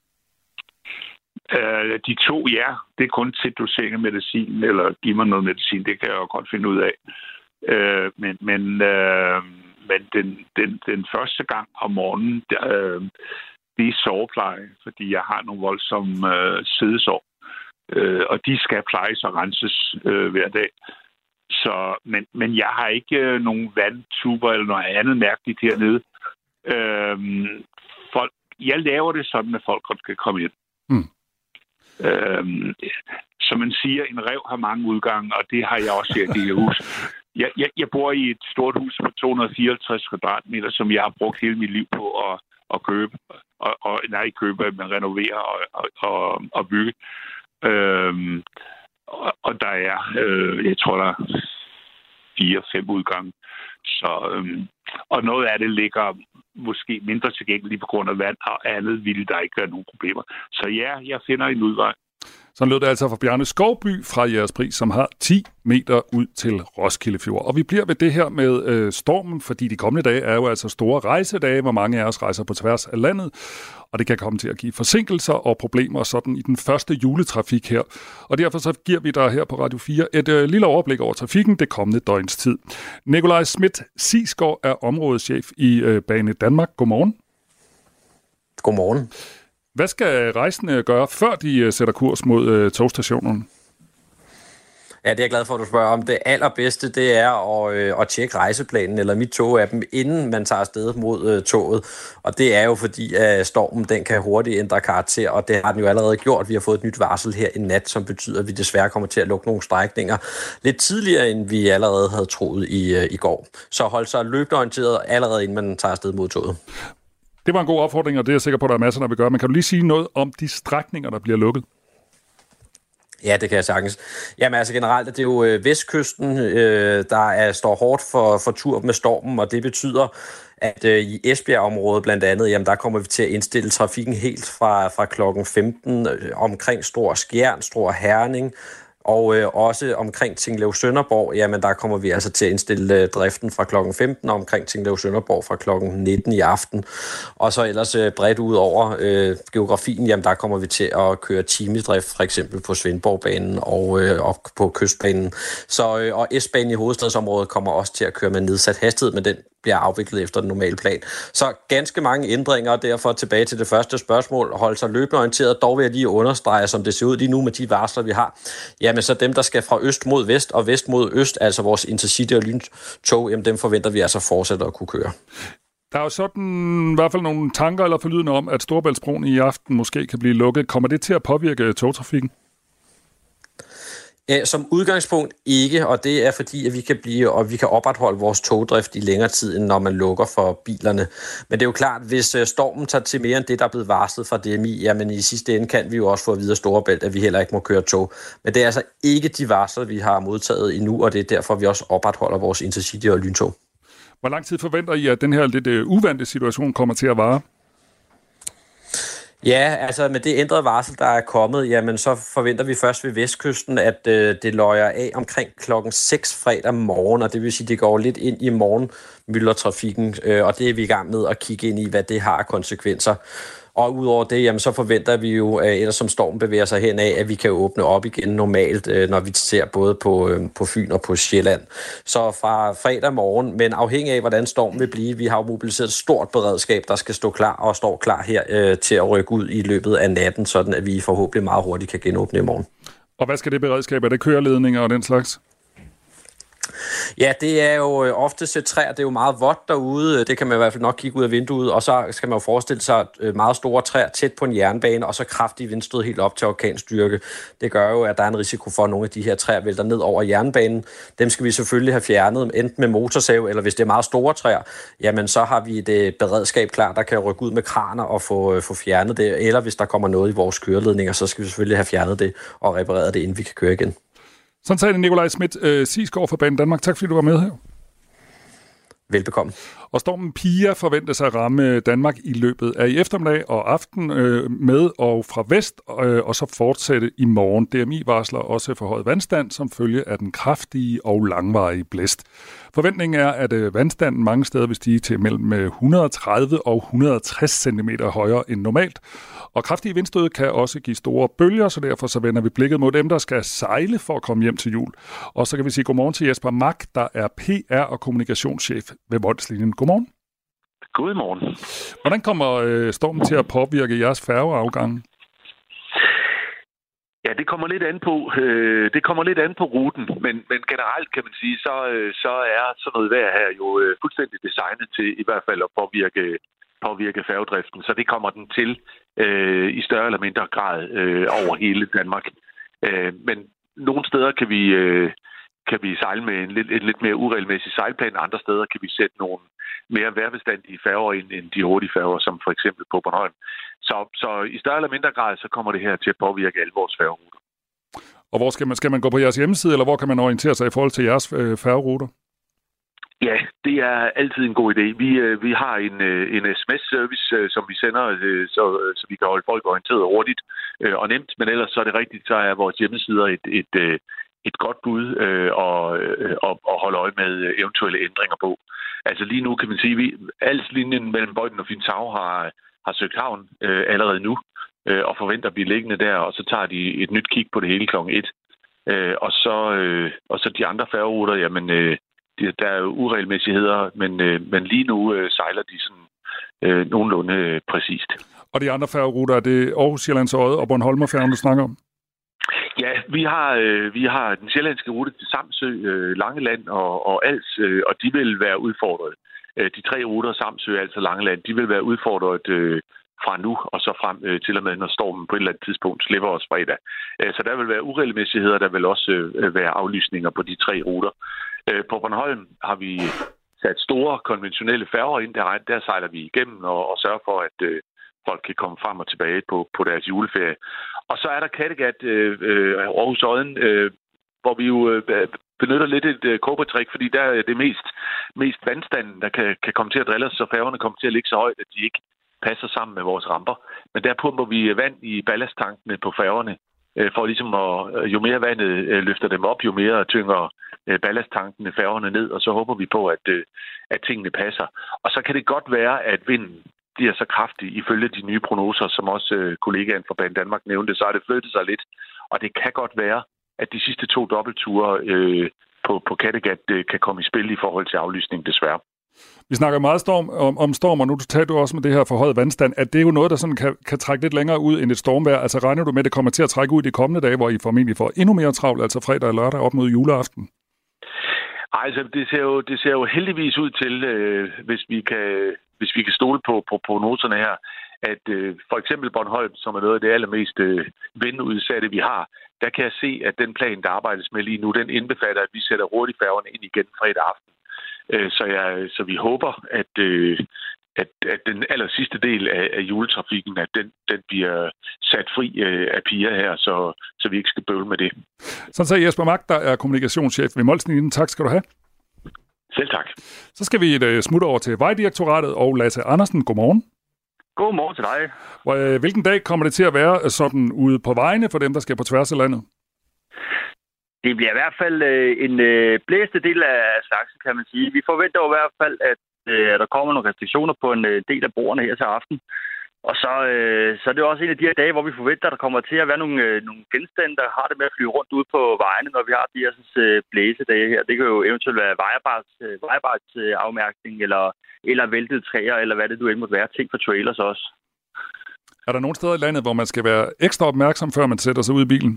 Øh, de to, ja. Det er kun til dosering af medicin, eller give mig noget medicin. Det kan jeg jo godt finde ud af. Øh, men men, øh, men den, den, den første gang om morgenen... Øh, det er sovepleje, fordi jeg har nogle voldsomme øh, sidesår. Øh, og de skal plejes og renses øh, hver dag. Så, men, men jeg har ikke øh, nogen vandtuber eller noget andet mærkeligt hernede. Øh, folk, jeg laver det sådan, at folk godt kan komme ind. Mm. Øh, som man siger, en ræv har mange udgange, og det har jeg også her i det her hus. Jeg, jeg, jeg bor i et stort hus på to hundrede og fireoghalvtreds kvadratmeter, som jeg har brugt hele mit liv på at, at købe. Og, og nej, købe, men renovere og, og, og, og bygge. Øhm, og, og der er, øh, jeg tror, der er fire, fem udgange. Så, øhm, og noget af det ligger måske mindre tilgængelige på grund af vand, og andet ville der ikke være nogen problemer. Så ja, jeg finder en udvej. Sådan lød det altså fra Bjarne Skovby fra Jægerspris, som har ti meter ud til Roskilde Fjord. Og vi bliver ved det her med øh, stormen, fordi de kommende dage er jo altså store rejsedage, hvor mange af os rejser på tværs af landet. Og det kan komme til at give forsinkelser og problemer sådan i den første juletrafik her. Og derfor så giver vi dig her på Radio fire et øh, lille overblik over trafikken det kommende døgns tid. Nikolaj Schmidt Sigsgaard er områdeschef i øh, Bane Danmark. Godmorgen. Godmorgen. Hvad skal rejsende gøre, før de sætter kurs mod øh, togstationerne? Ja, det er jeg glad for, at du spørger om. Det allerbedste, det er at, øh, at tjekke rejseplanen eller mit tog-appen, inden man tager afsted mod øh, toget. Og det er jo fordi, at stormen den kan hurtigt ændre karakter, og det har den jo allerede gjort. Vi har fået et nyt varsel her i nat, som betyder, at vi desværre kommer til at lukke nogle strækninger lidt tidligere, end vi allerede havde troet i, øh, i går. Så hold sig løbende orienteret allerede, inden man tager afsted mod toget. Det var en god opfordring, og det er jeg sikker på, at der er masser, der vil gøre. Men kan du lige sige noget om de strækninger, der bliver lukket? Ja, det kan jeg sagtens. Jamen altså generelt er det jo øh, vestkysten, øh, der er, står hårdt for, for tur med stormen, og det betyder, at øh, i Esbjerg-området blandt andet, jamen der kommer vi til at indstille trafikken helt fra, fra klokken femten øh, omkring Struer Skjern, Struer Herning, og øh, også omkring Tinglev Sønderborg, jamen der kommer vi altså til at indstille øh, driften fra klokken femten, og omkring Tinglev Sønderborg fra klokken nitten i aften. Og så ellers øh, bredt ud over øh, geografien, jamen der kommer vi til at køre timedrift, for eksempel på Svendborgbanen og, øh, og på Kystbanen. Så, øh, og S-banen i hovedstadsområdet kommer også til at køre med nedsat hastighed, men den bliver afviklet efter den normale plan. Så ganske mange ændringer, og derfor tilbage til det første spørgsmål. Hold sig løbende orienteret. Dog vil jeg lige understrege, som det ser ud lige nu med de varsler, vi har. Jamen så dem, der skal fra øst mod vest og vest mod øst, altså vores Intercity og lyntog, jamen dem forventer vi altså fortsætte at kunne køre. Der er jo sådan i hvert fald nogle tanker eller forlydende om, at Storebæltsbroen i aften måske kan blive lukket. Kommer det til at påvirke togtrafikken? Som udgangspunkt ikke, og det er fordi, at vi kan blive og vi kan opretholde vores togdrift i længere tid, end når man lukker for bilerne. Men det er jo klart, hvis stormen tager til mere end det, der er blevet varslet fra D M I, jamen i sidste ende kan vi jo også få at vide af Storebælt, at vi heller ikke må køre tog. Men det er altså ikke de varsler, vi har modtaget endnu, og det er derfor, vi også opretholder vores Intercity og lyntog. Hvor lang tid forventer I, at den her lidt uvante situation kommer til at vare? Ja, altså med det ændrede varsel, der er kommet, jamen så forventer vi først ved Vestkysten, at øh, det løjer af omkring klokken seks fredag morgen, og det vil sige, at det går lidt ind i morgenmyldertrafikken, øh, og det er vi i gang med at kigge ind i, hvad det har af konsekvenser. Og udover det, jamen, så forventer vi jo, øh, ellers som stormen bevæger sig hen af, at vi kan åbne op igen normalt, øh, når vi ser både på, øh, på Fyn og på Sjælland. Så fra fredag morgen, men afhængig af, hvordan stormen vil blive, vi har jo mobiliseret et stort beredskab, der skal stå klar og står klar her øh, til at rykke ud i løbet af natten, sådan at vi forhåbentlig meget hurtigt kan genåbne i morgen. Og hvad skal det beredskab? Er det køreledninger og den slags? Ja, det er jo oftest et træer, det er jo meget vådt derude, det kan man i hvert fald nok kigge ud af vinduet, og så skal man jo forestille sig meget store træer tæt på en jernbane, og så kraftige vindstød helt op til orkanstyrke. Det gør jo, at der er en risiko for, at nogle af de her træer vælter ned over jernbanen. Dem skal vi selvfølgelig have fjernet, enten med motorsav, eller hvis det er meget store træer, jamen så har vi et beredskab klar, der kan rykke ud med kraner og få, få fjernet det, eller hvis der kommer noget i vores køreledninger, så skal vi selvfølgelig have fjernet det og repareret det, inden vi kan køre igen. Sådan sagde det Nikolaj Schmidt øh, Sigsgaard fra Bane Danmark. Tak fordi du var med her. Velbekomme. Og stormen Pia forventes at ramme Danmark i løbet af i eftermiddag og aften øh, med og fra vest, øh, og så fortsætte i morgen. D M I varsler også forhøjet vandstand som følge af den kraftige og langvarige blæst. Forventningen er, at øh, vandstanden mange steder vil stige til mellem et hundrede og tredive og et hundrede og tres centimeter højere end normalt. Og kraftige vindstød kan også give store bølger, så derfor så vender vi blikket mod dem, der skal sejle for at komme hjem til jul. Og så kan vi sige godmorgen til Jesper Mack, der er P R og kommunikationschef ved Molslinjen. Godmorgen. Godmorgen. Hvordan kommer øh, stormen til at påvirke jeres færgeafgange? Ja, det kommer lidt an på. Øh, det kommer lidt an på ruten, men, men generelt kan man sige, så, øh, så er sådan noget vejr her jo øh, fuldstændig designet til i hvert fald at påvirke, påvirke færgedriften. Så det kommer den til øh, i større eller mindre grad øh, over hele Danmark. Øh, men nogle steder kan vi øh, kan vi sejle med en lidt, en lidt mere uregelmæssig sejlplan. Andre steder kan vi sætte nogle mere vejrbestandige færger ind end de hurtige færger, som for eksempel på Bornholm. Så, så i større eller mindre grad, så kommer det her til at påvirke alle vores færgeruter. Og hvor skal man, skal man gå på jeres hjemmeside, eller hvor kan man orientere sig i forhold til jeres øh, færgeruter? Ja, det er altid en god idé. Vi, øh, vi har en, øh, en sms-service, øh, som vi sender, øh, så, så vi kan holde folk orienteret hurtigt øh, og nemt. Men ellers så er det rigtigt, så er vores hjemmesider et, et, et, et godt bud øh, og, øh, og, og holde øje med eventuelle ændringer på. Altså lige nu kan man sige, at vi, Als-linjen mellem Bøjden og Fynshav har, har søgt havn øh, allerede nu øh, og forventer at blive liggende der, og så tager de et nyt kig på det hele klokken et. Øh, og, så, øh, og så de andre færgeruter, jamen... Øh, Der er jo uregelmæssigheder, men, øh, men lige nu øh, sejler de sådan øh, nogenlunde øh, præcist. Og de andre færgeruter, er det Aarhus, Sjællands Odde og Bornholmerfærgen, du snakker om? Ja, vi har, øh, vi har den sjællandske rute til Samsø, øh, Langeland og, og Als, øh, og de vil være udfordret. Øh, de tre ruter, Samsø, Als og Langeland, de vil være udfordret øh, fra nu og så frem øh, til og med, når stormen på et eller andet tidspunkt slipper os fredag. Øh, så der vil være uregelmæssigheder, der vil også øh, være aflysninger på de tre ruter. På Bornholm har vi sat store konventionelle færger ind. Der, der sejler vi igennem og, og sørger for, at øh, folk kan komme frem og tilbage på, på deres juleferie. Og så er der Kattegat, øh, Aarhus Odden, øh, hvor vi jo øh, benytter lidt et øh, kobbertrik, fordi der er det mest, mest vandstanden, der kan, kan komme til at drille os, så færgerne kommer til at ligge så højt, at de ikke passer sammen med vores ramper. Men der pumper vi vand i ballasttankene på færgerne, for ligesom at, jo mere vandet løfter dem op, jo mere tynger ballasttankene færgerne ned, og så håber vi på, at, at tingene passer. Og så kan det godt være, at vinden bliver så kraftig ifølge de nye prognoser, som også kollegaen fra Banedanmark nævnte, så har det flyttet sig lidt. Og det kan godt være, at de sidste to dobbeltture øh, på, på Kattegat øh, kan komme i spil i forhold til aflysning, desværre. Vi snakker meget storm, om, om storm, og nu tager du også med det her forhøjet vandstand, at det er jo noget, der sådan kan, kan trække lidt længere ud end et stormvejr. Altså regner du med, at det kommer til at trække ud de kommende dage, hvor I formentlig får endnu mere travlt, altså fredag og lørdag op mod juleaften? Ej, altså det ser jo, det ser jo heldigvis ud til, øh, hvis, vi kan, hvis vi kan stole på, på prognoserne her, at øh, for eksempel Bornholm, som er noget af det allermest øh, vindudsatte, vi har, der kan jeg se, at den plan, der arbejdes med lige nu, den indbefatter, at vi sætter hurtigfærgerne ind igen fredag aften. Så, jeg, så vi håber, at, at, at den aller sidste del af, af juletrafikken, at den, den bliver sat fri af piger her, så, så vi ikke skal bøvle med det. Sådan sagde Jesper Mach, der er kommunikationschef ved Molslinjen. Tak skal du have. Selv tak. Så skal vi et smut over til Vejdirektoratet og Lasse Andersen. Godmorgen. Godmorgen til dig. Hvilken dag kommer det til at være sådan ude på vejene for dem, der skal på tværs af landet? Det bliver i hvert fald øh, en øh, blæste del af slagsen, kan man sige. Vi forventer jo i hvert fald, at øh, der kommer nogle restriktioner på en øh, del af broerne her til aften. Og så, øh, så er det også en af de her dage, hvor vi forventer, at der kommer til at være nogle, øh, nogle genstande, der har det med at flyve rundt ude på vejene, når vi har de her øh, blæsedage her. Det kan jo eventuelt være vejarbejdsafmærkning, øh, eller, eller væltede træer, eller hvad det nu end måtte være. Ting for trailers også. Er der nogle steder i landet, hvor man skal være ekstra opmærksom, før man sætter sig ud i bilen?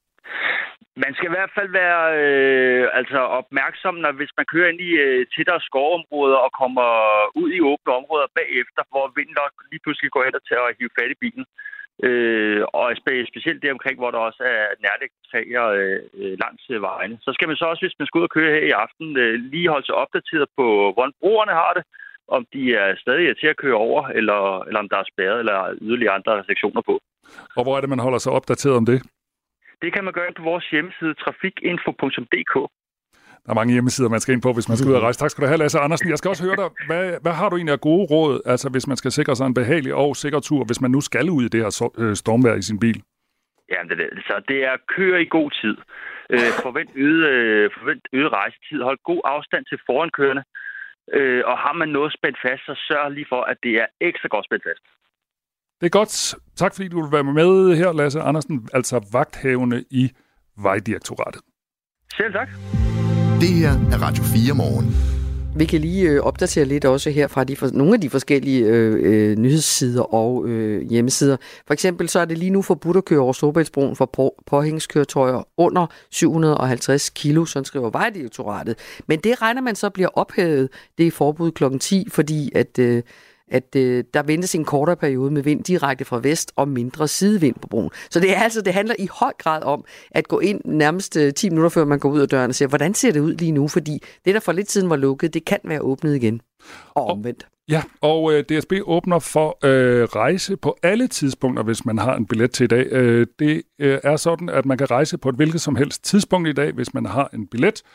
Man skal i hvert fald være øh, altså opmærksom, når hvis man kører ind i øh, tættere skovområder og kommer ud i åbne områder bagefter, hvor vinden nok lige pludselig går hen og tager og hive fat i bilen. Øh, og specielt det omkring, hvor der også er nærliggende træer øh, langs vejene. Så skal man så også, hvis man skal ud og køre her i aften, øh, lige holde sig opdateret på, hvordan broerne har det, om de er stadig til at køre over, eller, eller om der er spærret eller yderligere andre sektioner på. Og hvor er det, man holder sig opdateret om det? Det kan man gøre ind på vores hjemmeside trafikinfo punktum d k. Der er mange hjemmesider, man skal ind på, hvis man skal ud og rejse. Tak skal du have, Lasse Andersen. Jeg skal også høre dig, hvad, hvad har du egentlig af gode råd, altså hvis man skal sikre sig en behagelig og sikker tur, hvis man nu skal ud i det her stormvejr i sin bil? Jamen, det, så det er køre i god tid. Øh, forvent, øget, øh, forvent øget rejsetid. Hold god afstand til forankørende. Øh, og har man noget spændt fast, så sørg lige for, at det er ekstra godt spændt fast. Det er godt. Tak fordi du vil være med her, Lasse Andersen, altså vagthavende i Vejdirektoratet. Selv tak. Det her er Radio fire Morgen. Vi kan lige øh, opdatere lidt også her fra de for, nogle af de forskellige øh, øh, nyhedssider og øh, hjemmesider. For eksempel så er det lige nu forbudt at køre over Storebæltsbroen for på, påhængskøretøjer under syv hundrede og halvtreds kilo, sådan skriver Vejdirektoratet. Men det regner man så bliver ophævet, det er forbud klokken ti, fordi at... Øh, at øh, der ventes en kortere periode med vind direkte fra vest og mindre sidevind på broen. Så det er altså, det handler i høj grad om at gå ind nærmest øh, ti minutter før man går ud af døren og siger, hvordan ser det ud lige nu? Fordi det, der for lidt siden var lukket, det kan være åbnet igen. Og omvendt. Ja, og øh, D S B åbner for øh, rejse på alle tidspunkter, hvis man har en billet til i dag. Øh, det øh, er sådan, at man kan rejse på et hvilket som helst tidspunkt i dag, hvis man har en billet.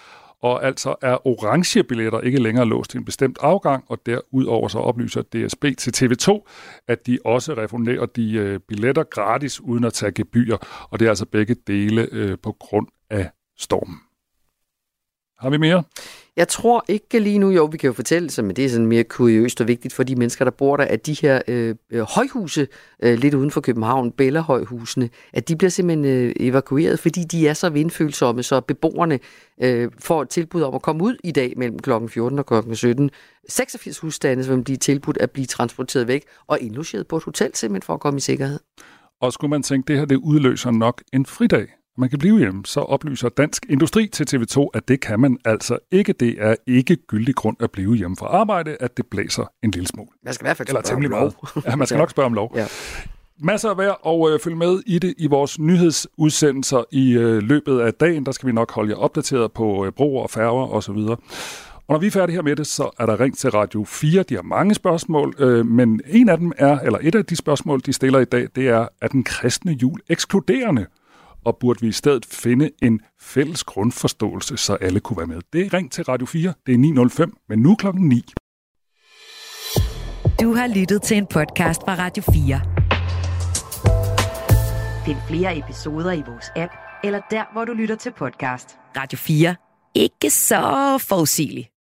Og altså er orange billetter ikke længere låst til en bestemt afgang, og derudover så oplyser D S B til T V to, at de også refunderer de øh, billetter gratis uden at tage gebyr, og det er altså begge dele øh, på grund af stormen. Har vi mere? Jeg tror ikke lige nu, jo, vi kan jo fortælle det, men det er sådan mere kuriøst og vigtigt for de mennesker, der bor der, at de her øh, højhuse øh, lidt uden for København, Bella-højhusene, at de bliver simpelthen øh, evakueret, fordi de er så vindfølsomme, så beboerne øh, får et tilbud om at komme ud i dag mellem klokken fjorten og klokken sytten. seksogfirs husstande, som de er tilbudt at blive transporteret væk og indlogeret på et hotel simpelthen for at komme i sikkerhed. Og skulle man tænke, det her det udløser nok en fridag, man kan blive hjemme, så oplyser Dansk Industri til T V to, at det kan man altså ikke. Det er ikke gyldig grund at blive hjemme fra arbejde, at det blæser en lille smule. Man skal i hvert fald Eller spørge om lov. Ja, man skal nok spørge om lov. Ja. Masser af vejr, og øh, følg med i det i vores nyhedsudsendelser i øh, løbet af dagen. Der skal vi nok holde jer opdateret på øh, broer og færger osv. Og når vi er færdige her med det, så er der ring til Radio fire. De har mange spørgsmål, øh, men en af dem er, eller et af de spørgsmål, de stiller i dag, det er, er den kristne jul ekskluderende? Og burde vi i stedet finde en fælles grundforståelse, så alle kunne være med. Det er ring til Radio fire, det er ni nul fem, men nu klokken ni. Du har lyttet til en podcast fra Radio fire. Find flere episoder i vores app, eller der, hvor du lytter til podcast. Radio fire. Ikke så forudsigeligt.